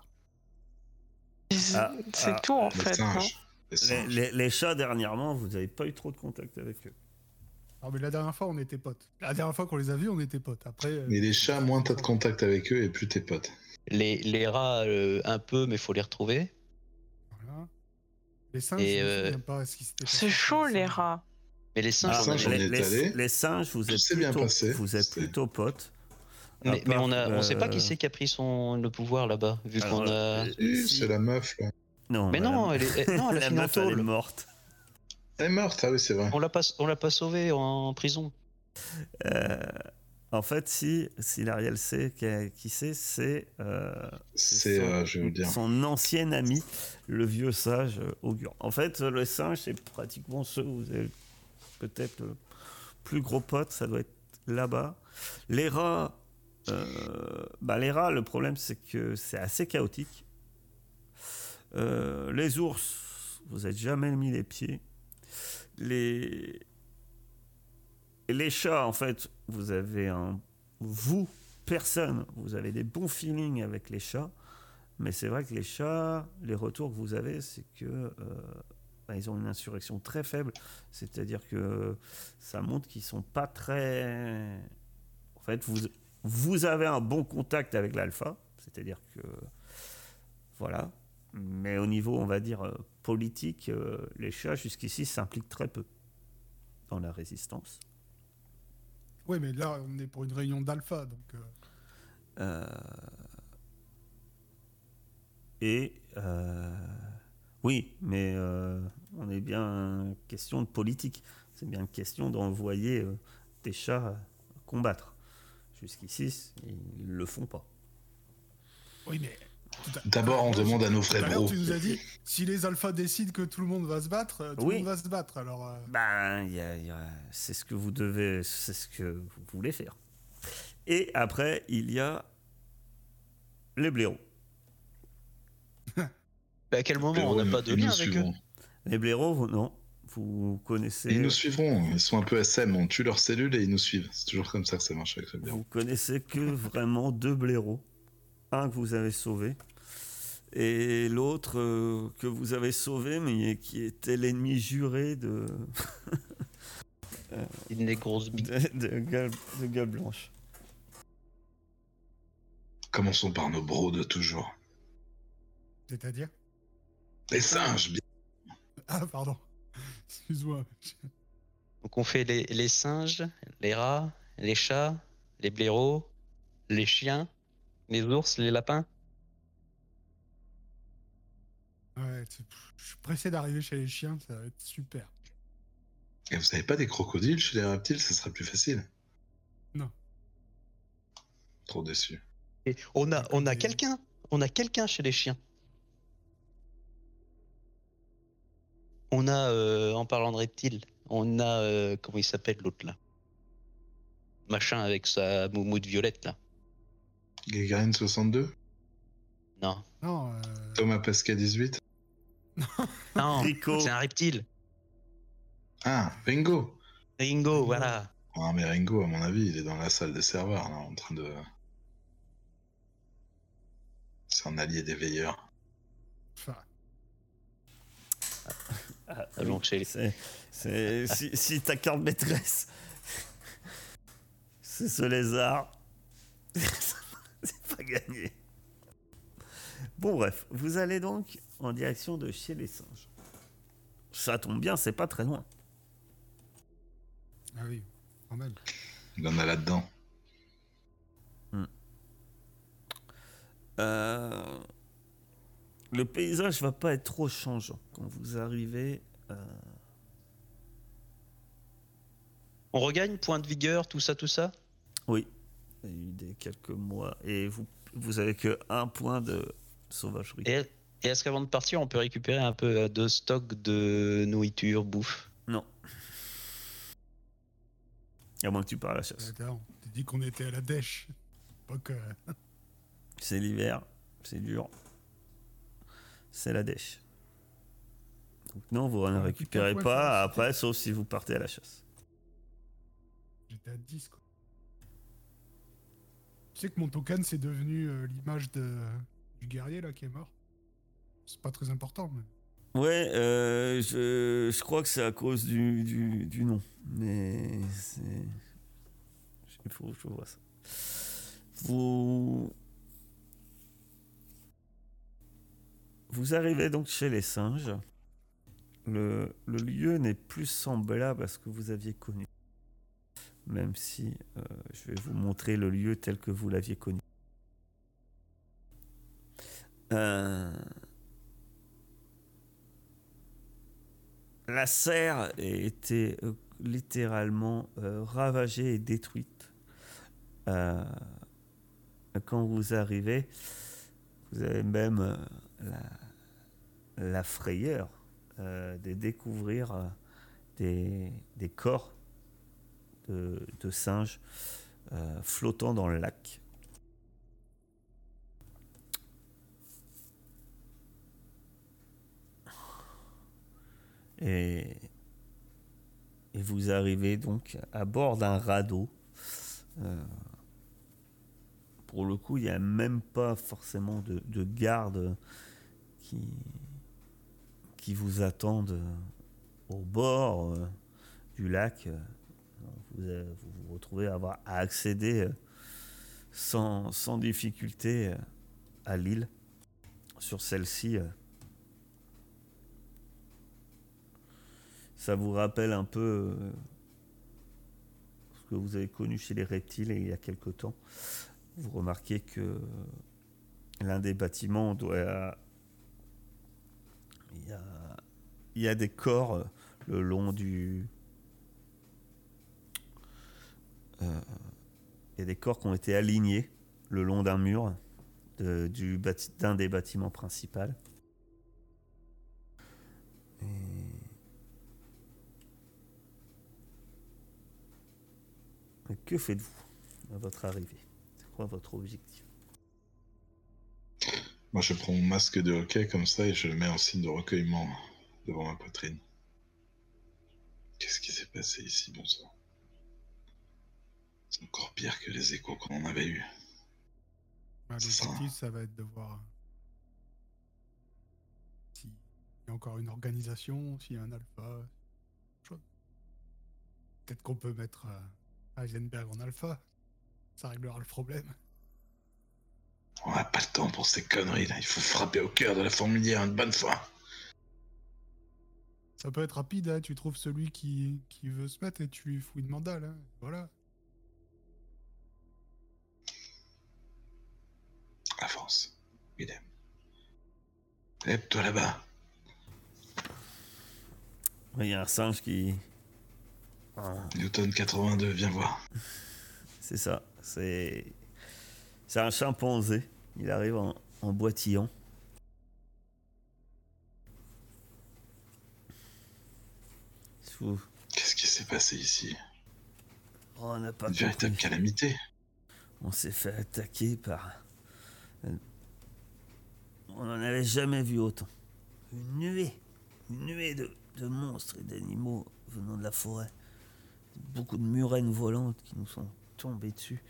C'est tout en les fait, non? singes. Les singes. Les chats, dernièrement, vous n'avez pas eu trop de contact avec eux. Ah, mais la dernière fois, on était potes. La dernière fois qu'on les a vus, on était potes. Après... Mais les chats, moins t'as de contact avec eux et plus t'es potes. Les rats, un peu, mais faut les retrouver. Voilà. Les singes, Et, je me souviens pas ce qui s'était passé. C'est chaud avec les singes. rats. Mais les singes, Ah, on a- singes, on est allé. les singes, vous Tout êtes s'est bien plutôt, passé. vous êtes C'était- plutôt potes. mais À part, on sait pas qui c'est qui a pris le pouvoir là-bas, vu alors, qu'on a. Si, si- c'est la meuf, là. Non, Mais non, elle a la fini en meuf, elle est tôle. morte. Elle est morte, ah oui, c'est vrai. On l'a pas sauvée en prison. En fait, si l'Ariel sait qui c'est, c'est Je vais vous dire. son ancien ami, le vieux sage Augure. En fait, le singe, c'est pratiquement ceux où vous avez peut-être le plus gros pote, ça doit être là-bas. Les rats, le problème, c'est que c'est assez chaotique. Les ours, vous n'avez jamais mis les pieds. Les chats, en fait, vous avez vous, personne, vous avez des bons feelings avec les chats, mais c'est vrai que les chats, les retours que vous avez, c'est que ils ont une insurrection très faible, c'est-à-dire que ça montre qu'ils sont pas très... En fait, vous avez un bon contact avec l'alpha, c'est-à-dire que... Voilà. Mais au niveau, on va dire, politique, les chats, jusqu'ici, s'impliquent très peu dans la résistance. Oui, mais là, on est pour une réunion d'alpha, donc... Oui, mais on est bien question de politique. C'est bien question d'envoyer des chats combattre. Jusqu'ici, ils ne le font pas. Oui, mais... D'abord, on demande à nos Tout à frères l'heure, bro. tu nous as dit, si les alphas décident que tout le monde va se battre, tout le monde va se battre, alors... Ben, c'est ce que vous devez... C'est ce que vous voulez faire. Et après, il y a les blaireaux. Mais à quel moment on n'a pas de Ils lien nous avec eux? suivront. Les blaireaux, non. Vous connaissez... Ils nous suivront. Ils sont un peu SM. On tue leurs cellules et ils nous suivent. C'est toujours comme ça que ça marche avec les blaireaux. Vous connaissez que vraiment 2 blaireaux. Un que vous avez sauvé. Et l'autre que vous avez sauvé, mais qui était l'ennemi juré de... Une des grosses billes. de Gueule Blanche. Commençons par nos bros de toujours. C'est-à-dire... Les singes, bien. Ah, pardon. Excuse-moi. Donc on fait les singes, les rats, les chats, les blaireaux, les chiens, les ours, les lapins. Ouais, je suis pressé d'arriver chez les chiens, ça va être super. Et vous savez pas des crocodiles chez les reptiles? Ça serait plus facile. Non. Trop déçu. Et on a quelqu'un chez les chiens. On a, en parlant de reptiles, on a, comment il s'appelle l'autre là? Machin avec sa moumoute violette là. Gagarine 62? Non. Non, Thomas Pesquet 18? Non, Rico. c'est un reptile. Ah, Ringo! Ringo, voilà. Ah, mais Ringo, à mon avis, il est dans la salle des serveurs, là, en train de... C'est un allié des veilleurs. enfin, Donc chez les- Si ta carte maîtresse, c'est ce lézard, c'est pas gagné. Bon, bref, vous allez donc en direction de chez les singes. Ça tombe bien, c'est pas très loin. ah oui, quand même. Il en a là-dedans. Le paysage va pas être trop changeant quand vous arrivez. On regagne point de vigueur, tout ça, tout ça. Oui, il y a eu des quelques mois et vous avez que 1 point de sauvagerie. Et est-ce qu'avant de partir, on peut récupérer un peu de stock de nourriture, bouffe? Non. À moins que tu pars à la chasse. Attends, t'as dit qu'on était à la dèche. Pas que... C'est l'hiver, c'est dur. C'est la dèche. Donc non, vous ne récupérez récupère quoi, pas ça, après, sauf si vous partez à la chasse. J'étais à 10, quoi. Tu sais que mon token, c'est devenu l'image du guerrier, là, qui est mort. C'est pas très important, mais... Ouais, je crois que c'est à cause du nom. Mais c'est... Il faut que je vois ça. Vous arrivez donc chez les singes. Le lieu n'est plus semblable à ce que vous aviez connu. Même si je vais vous montrer le lieu tel que vous l'aviez connu. La serre était littéralement ravagée et détruite. Quand vous arrivez, vous avez même la frayeur de découvrir des corps de singes flottant dans le lac. Et vous arrivez donc à bord d'un radeau pour le coup, il n'y a même pas forcément de garde qui vous attendent au bord du lac. Vous vous retrouvez à accéder sans difficulté à l'île. Sur celle-ci, ça vous rappelle un peu ce que vous avez connu chez les reptiles il y a quelque temps. Vous remarquez que l'un des bâtiments il y a des corps le long du... il y a des corps qui ont été alignés le long d'un mur d'un des bâtiments principaux. Et que faites-vous à votre arrivée? C'est quoi votre objectif? Moi, je prends mon masque de hockey comme ça et je le mets en signe de recueillement devant ma poitrine. Qu'est-ce qui s'est passé ici, bon sang? C'est encore pire que les échos qu'on en avait eus. L'objectif, ça va être de voir s'il y a encore une organisation, s'il y a un alpha. Peut-être qu'on peut mettre Heisenberg en alpha. Ça réglera le problème. On n'a pas le temps pour ces conneries là, il faut frapper au cœur de la fourmilière une bonne fois. Ça peut être rapide, hein. Tu trouves celui qui veut se mettre et tu lui fous une mandale. Hein. Voilà. Avance, Willem. Lève-toi là-bas. Il y a un singe qui... Newton 82, viens voir. C'est ça. C'est un chimpanzé. Il arrive en boitillant. Qu'est-ce qui s'est passé ici? On n'a pas Une véritable compris. calamité. On s'est fait attaquer par... On n'en avait jamais vu autant. Une nuée de monstres et d'animaux venant de la forêt. Beaucoup de murènes volantes qui nous sont tombées dessus.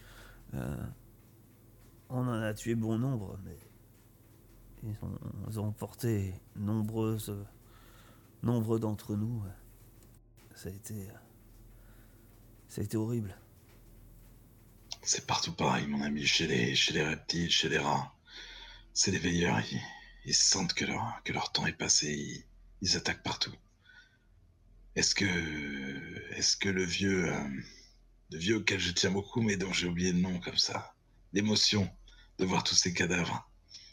On en a tué bon nombre, mais ils ont porté nombre d'entre nous. Ça a été horrible. C'est partout pareil, mon ami, chez les reptiles, chez les rats. C'est les veilleurs, ils sentent que leur temps est passé, ils attaquent partout. Est-ce que le vieux auquel je tiens beaucoup, mais dont j'ai oublié le nom comme ça, l'émotion de voir tous ces cadavres,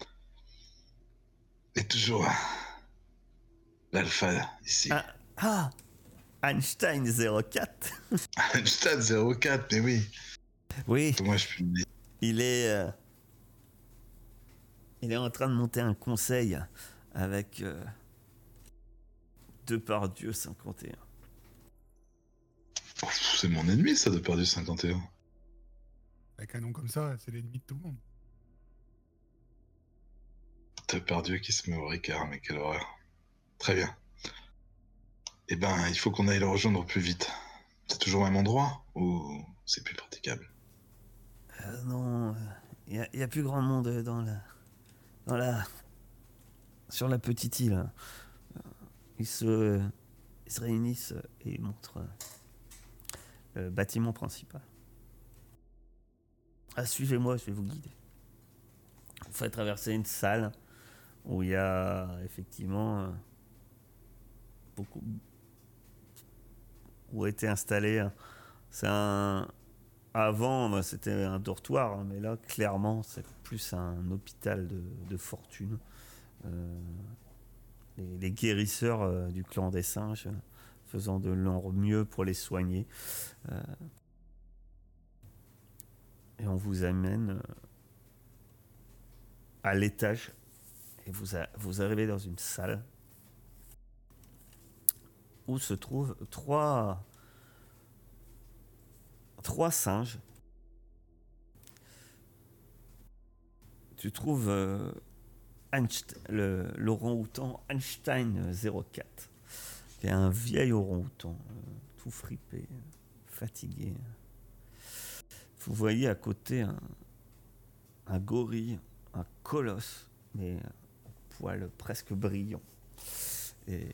est toujours l'alpha ici. Einstein 04. Einstein 04, mais oui. Oui. Moi, je peux me dire. Il est en train de monter un conseil avec Depardieu 51. Oh, c'est mon ennemi, ça, Depardieu 51. Avec un nom comme ça, c'est l'ennemi de tout le monde. Depardieu qui se met au Ricard, mais quelle horreur. Très bien. Eh ben, il faut qu'on aille le rejoindre au plus vite. C'est toujours au même endroit ou c'est plus praticable? Non, il y a plus grand monde sur la petite île. Ils se réunissent et ils montrent le bâtiment principal. Suivez-moi, je vais vous guider. Vous faites traverser une salle où il y a effectivement beaucoup où a été installé. Avant, c'était un dortoir, mais là, clairement, c'est plus un hôpital de fortune. Les guérisseurs du clan des singes faisant de leur mieux pour les soigner. Et on vous amène à l'étage. Et vous arrivez dans une salle où se trouvent trois singes. Tu trouves l'orang-outan Einstein 04, qui est un vieil orang-outan, tout fripé, fatigué. Vous voyez à côté un gorille, un colosse, mais au poil presque brillant. Et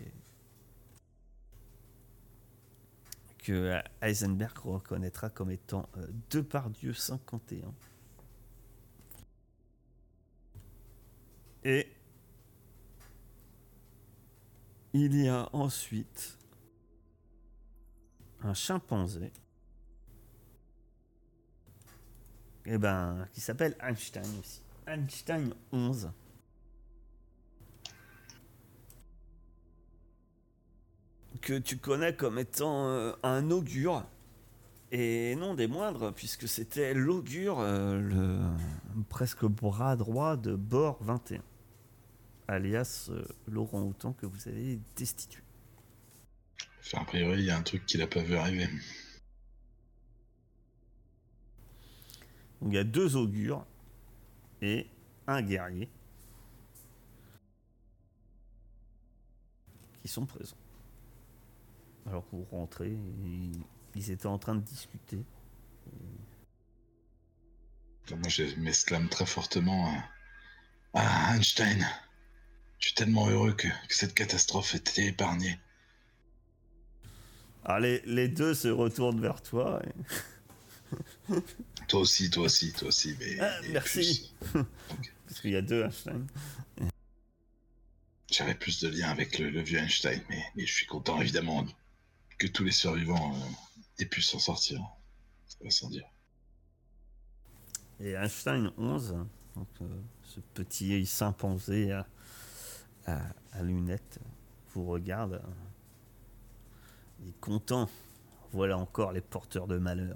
que Heisenberg reconnaîtra comme étant Depardieu 51. Et il y a ensuite un chimpanzé qui s'appelle Einstein aussi. Einstein 11. Que tu connais comme étant un augure. Et non des moindres, puisque c'était l'augure, le presque bras droit de Bor 21, alias Laurent Houtan, que vous avez destitué. Enfin, a priori, il y a un truc qu'il a pas vu arriver. Donc il y a 2 augures et un guerrier qui sont présents. Alors que vous rentrez, ils étaient en train de discuter. Moi, je m'exclame très fortement Ah, Einstein, je suis tellement heureux que cette catastrophe ait été épargnée. Alors les deux se retournent vers toi. Toi aussi, mais... merci. plus. Parce qu'il y a 2 Einstein. J'avais plus de liens avec le vieux Einstein, mais je suis content, évidemment, que tous les survivants aient pu s'en sortir. Ça va sans dire. Et Einstein 11, donc, ce petit chimpanzé à lunettes, vous regarde. Il est content. Voilà encore les porteurs de malheur.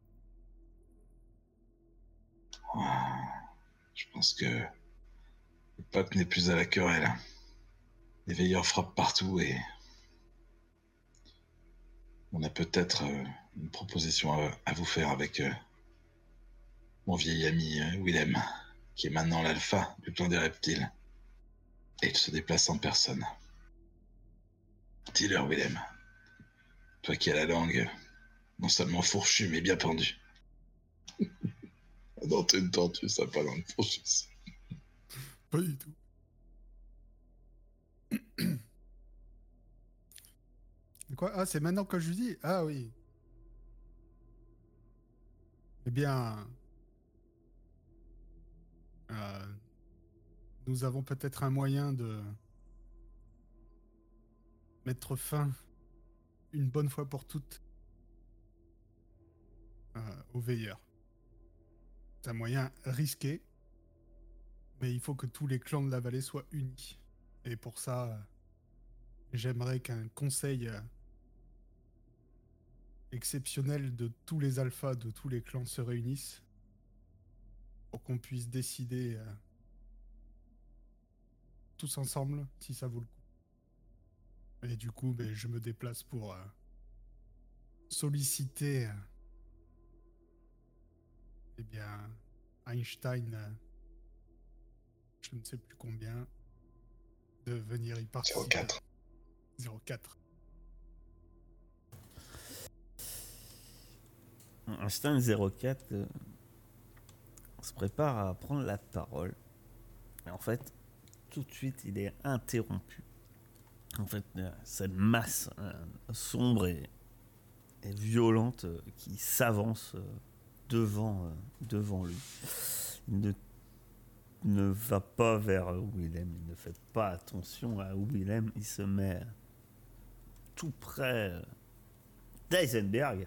Je pense que l'époque n'est plus à la querelle. Les veilleurs frappent partout et on a peut-être une proposition à vous faire avec mon vieil ami Willem, qui est maintenant l'alpha du clan des reptiles. Et il se déplace en personne. Dis-leur, Willem. Toi qui as la langue non seulement fourchue, mais bien pendue. Non, t'es une tortue, ça n'a pas langue fourchue. Pas du tout. Quoi? Ah, c'est maintenant que je lui dis? Ah oui. Eh bien... nous avons peut-être un moyen de mettre fin, une bonne fois pour toutes, aux veilleurs. C'est un moyen risqué, mais il faut que tous les clans de la vallée soient unis. Et pour ça, j'aimerais qu'un conseil exceptionnel de tous les alphas de tous les clans se réunisse pour qu'on puisse décider tous ensemble si ça vaut le coup. Et du coup, je me déplace pour solliciter eh bien Einstein, je ne sais plus combien, de venir y participer. 04. 04. Einstein 04 se prépare à prendre la parole. Et en fait, tout de suite, il est interrompu. En fait, cette masse sombre et violente qui s'avance devant lui. Il ne va pas vers Willem, il ne fait pas attention à Willem, il se met tout près d'Heisenberg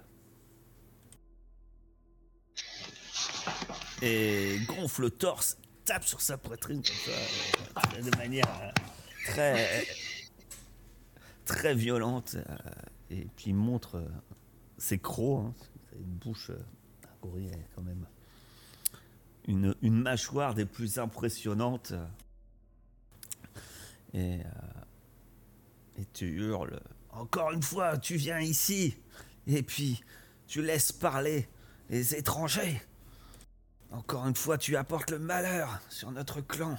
et gonfle le torse, tape sur sa poitrine comme ça, de manière très violente, et puis montre ses crocs, hein, une bouche, un gorille quand même une mâchoire des plus impressionnantes, et tu hurles: encore une fois tu viens ici et puis tu laisses parler les étrangers, encore une fois tu apportes le malheur sur notre clan.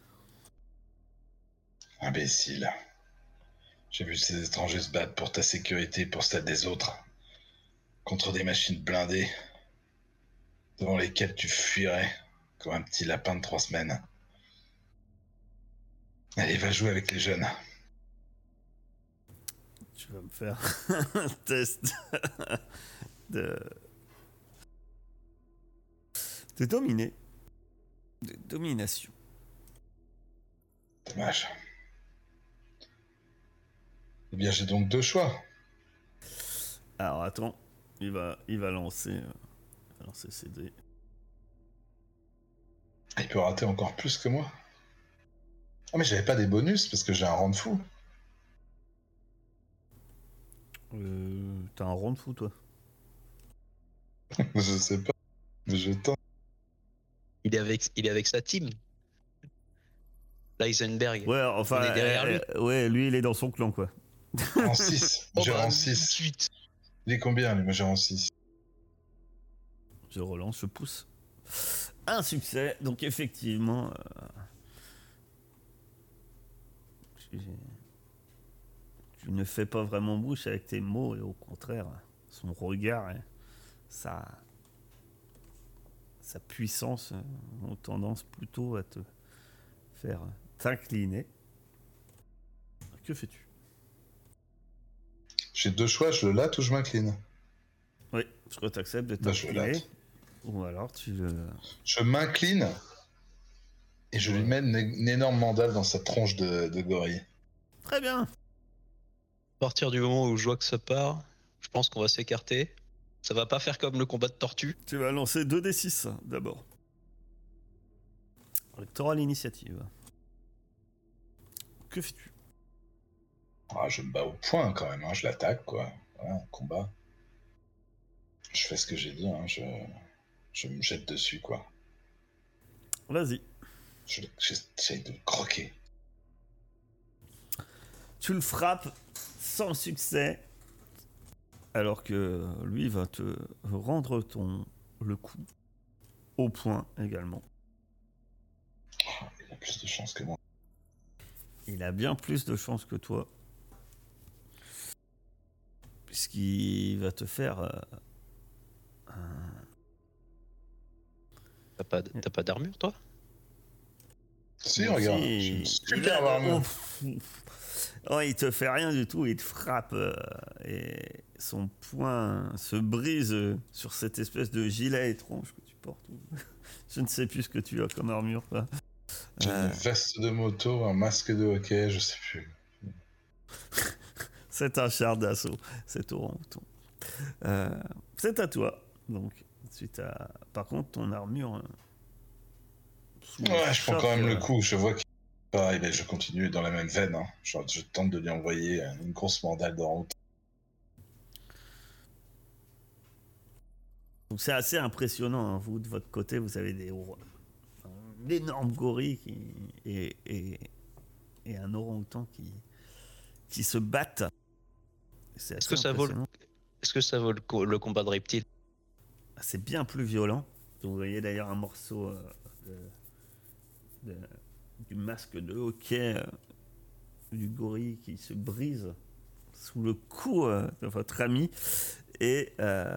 Imbécile. J'ai vu ces étrangers se battre pour ta sécurité, pour celle des autres, contre des machines blindées devant lesquelles tu fuirais comme un petit lapin de 3 semaines. Allez, va jouer avec les jeunes. Tu vas me faire un test de... de dominer. De domination. Dommage. Eh bien, j'ai donc 2 choix. Alors attends, il va lancer ses dés. Il peut rater encore plus que moi. Ah, mais j'avais pas des bonus parce que j'ai un rang de fou. T'as un rond de fou, toi. Je sais pas, mais je tente. Il est avec sa team. Heisenberg. Ouais, enfin, On est derrière lui. Ouais, lui, il est dans son clan, quoi. Rang 6. J'ai rang 6. 18. Il est combien, lui? Moi, j'ai rang 6. Je relance, je pousse. Un succès, donc effectivement... tu ne fais pas vraiment bouche avec tes mots, et au contraire, son regard, sa puissance ont tendance plutôt à te faire t'incliner. Que fais-tu? J'ai 2 choix, je le latte ou je m'incline. Oui, je t'accepte de Bah, je le t'incliner. latte. Ou alors tu le... Je m'incline et je lui mets une énorme mandale dans sa tronche de gorille. Très bien. À partir du moment où je vois que ça part, je pense qu'on va s'écarter. Ça va pas faire comme le combat de tortue. Tu vas lancer 2d6 d'abord. Tu auras l'initiative. Que fais-tu? Ah, je me bats au point quand même, hein. Je l'attaque, quoi. Voilà, combat. Je fais ce que j'ai dit, hein. Je me jette dessus, quoi. Vas-y. J'essaie de le croquer. Tu le frappes sans succès, alors que lui va te rendre le coup au point également. Oh, il a plus de chance que moi. Il a bien plus de chance que toi, puisqu'il va te faire T'as pas d'armure, toi? Si, regarde, j'ai une super armure. Oh, il te fait rien du tout, il te frappe et son poing se brise sur cette espèce de gilet étrange que tu portes. Je ne sais plus ce que tu as comme armure. Quoi. J'ai une veste de moto, un masque de hockey, je sais plus. C'est un char d'assaut, c'est au mouton. C'est à toi. Donc, par contre, ton armure. Ouais, je prends quand même le coup, je vois qu'il pareil, mais je continue dans la même veine. Hein. Je tente de lui envoyer une grosse mandale de route. Donc c'est assez impressionnant. Hein. Vous, de votre côté, vous avez un énorme gorille et un orang-outan qui se battent. Est-ce que ça vaut le combat de reptiles? C'est bien plus violent. Donc, vous voyez d'ailleurs un morceau du masque de hockey du gorille qui se brise sous le cou de votre ami. Et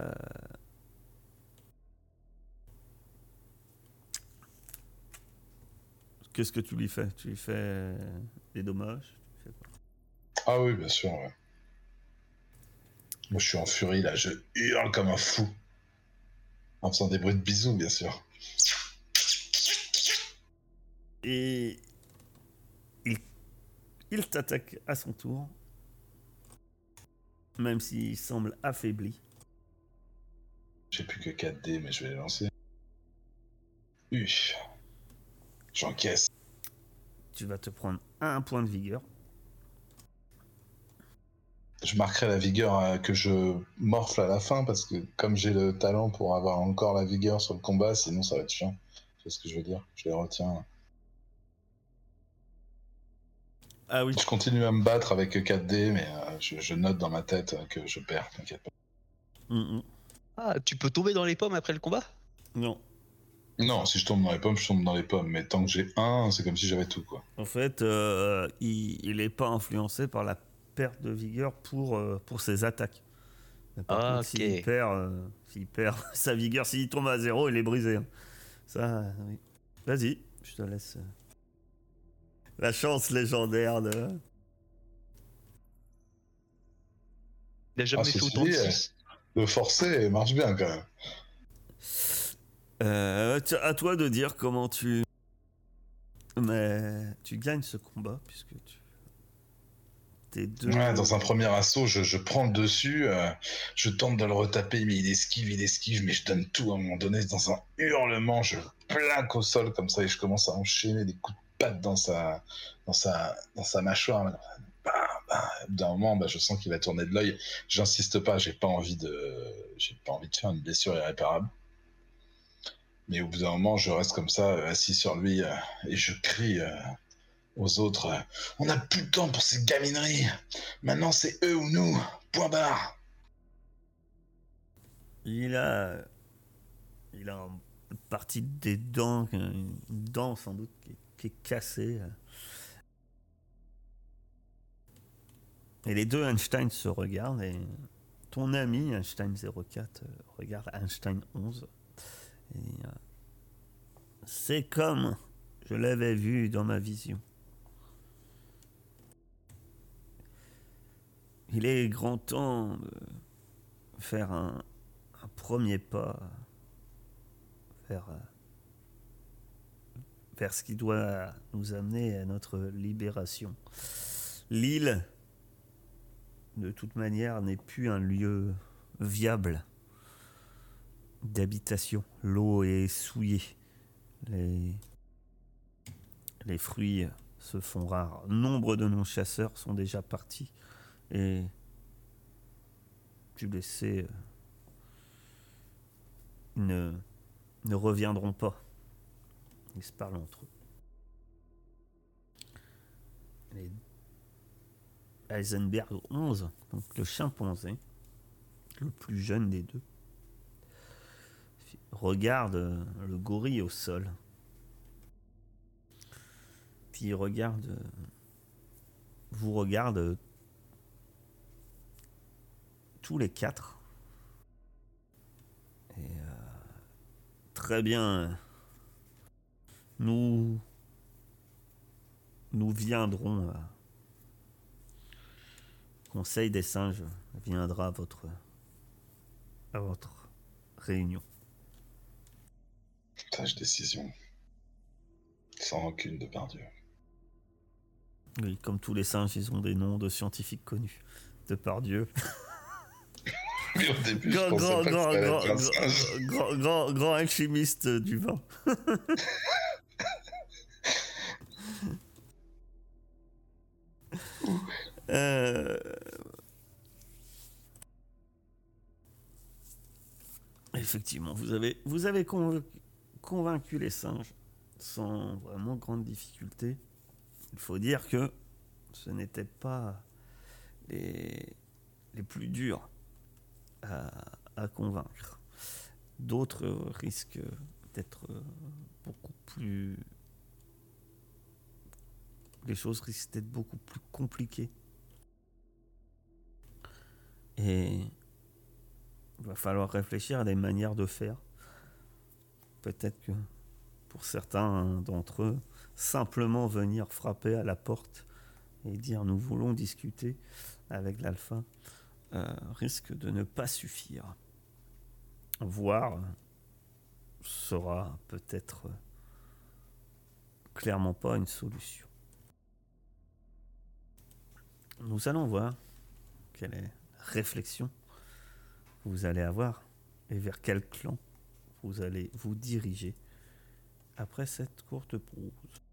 qu'est-ce que tu lui fais? Tu lui fais des dommages? Tu lui fais quoi? Ah oui, bien sûr, ouais. Moi, je suis en furie, là. Je hurle comme un fou. En faisant des bruits de bisous, bien sûr. Et il t'attaque à son tour, même s'il semble affaibli. J'ai plus que 4 dés, mais je vais les lancer. J'encaisse. Tu vas te prendre un point de vigueur. Je marquerai la vigueur que je morfle à la fin, parce que comme j'ai le talent pour avoir encore la vigueur sur le combat, sinon ça va être chiant. Tu vois ce que je veux dire? Je les retiens. Ah oui. Je continue à me battre avec 4 dés, mais je note dans ma tête que je perds, t'inquiète pas. Ah, tu peux tomber dans les pommes après le combat? Non. Non, si je tombe dans les pommes, je tombe dans les pommes. Mais tant que j'ai un, c'est comme si j'avais tout, quoi. En fait, il n'est pas influencé par la perte de vigueur pour ses attaques. Par contre, s'il perd sa vigueur, s'il tombe à 0, il est brisé. Hein. Ça, oui. Vas-y, je te laisse. La chance légendaire de. Il a jamais fait ceci autant de dit, 6. le forcé marche bien quand même. À toi de dire comment tu. Mais tu gagnes ce combat puisque tu. Tes deux. Ouais, dans un premier assaut, je prends le dessus, je tente de le retaper, mais il esquive, mais je donne tout à un moment donné. Dans un hurlement, je plaque au sol comme ça et je commence à enchaîner des coups de patte dans sa mâchoire. Bah, au bout d'un moment, bah, je sens qu'il va tourner de l'œil. J'insiste pas, j'ai pas envie de faire une blessure irréparable. Mais au bout d'un moment, je reste comme ça, assis sur lui, et je crie aux autres, on n'a plus de temps pour ces gamineries. Maintenant, c'est eux ou nous. Point barre. Il a une partie des dents, une dent sans doute qui est cassée. Et les deux Einstein se regardent et ton ami Einstein 04 regarde Einstein 11. Et, c'est comme je l'avais vu dans ma vision. Il est grand temps de faire un premier pas vers ce qui doit nous amener à notre libération. L'île, de toute manière, n'est plus un lieu viable d'habitation. L'eau est souillée. Les fruits se font rares. Nombre de nos chasseurs sont déjà partis. Et tu les sais, ne reviendront pas. Ils se parlent entre eux. Les Heisenberg 11, donc le chimpanzé, le plus jeune des deux, regarde le gorille au sol. Puis il vous regarde tous les quatre. Et très bien. Nous viendrons. Conseil des singes viendra à votre réunion. Sage décision. Sans rancune de par Dieu. Oui, comme tous les singes, ils ont des noms de scientifiques connus. De par Dieu. Oui, au début, je pensais pas que ça allait être un singe. Grand alchimiste du vin. Effectivement, vous avez convaincu les singes sans vraiment grande difficulté. Il faut dire que ce n'étaient pas les plus durs à convaincre. D'autres risquent d'être beaucoup plus... Les choses risquent d'être beaucoup plus compliquées. Et il va falloir réfléchir à des manières de faire. Peut-être que pour certains d'entre eux, simplement venir frapper à la porte et dire nous voulons discuter avec l'alpha risque de ne pas suffire. Voire sera peut-être clairement pas une solution. Nous allons voir quelle est la réflexion que vous allez avoir et vers quel clan vous allez vous diriger après cette courte pause.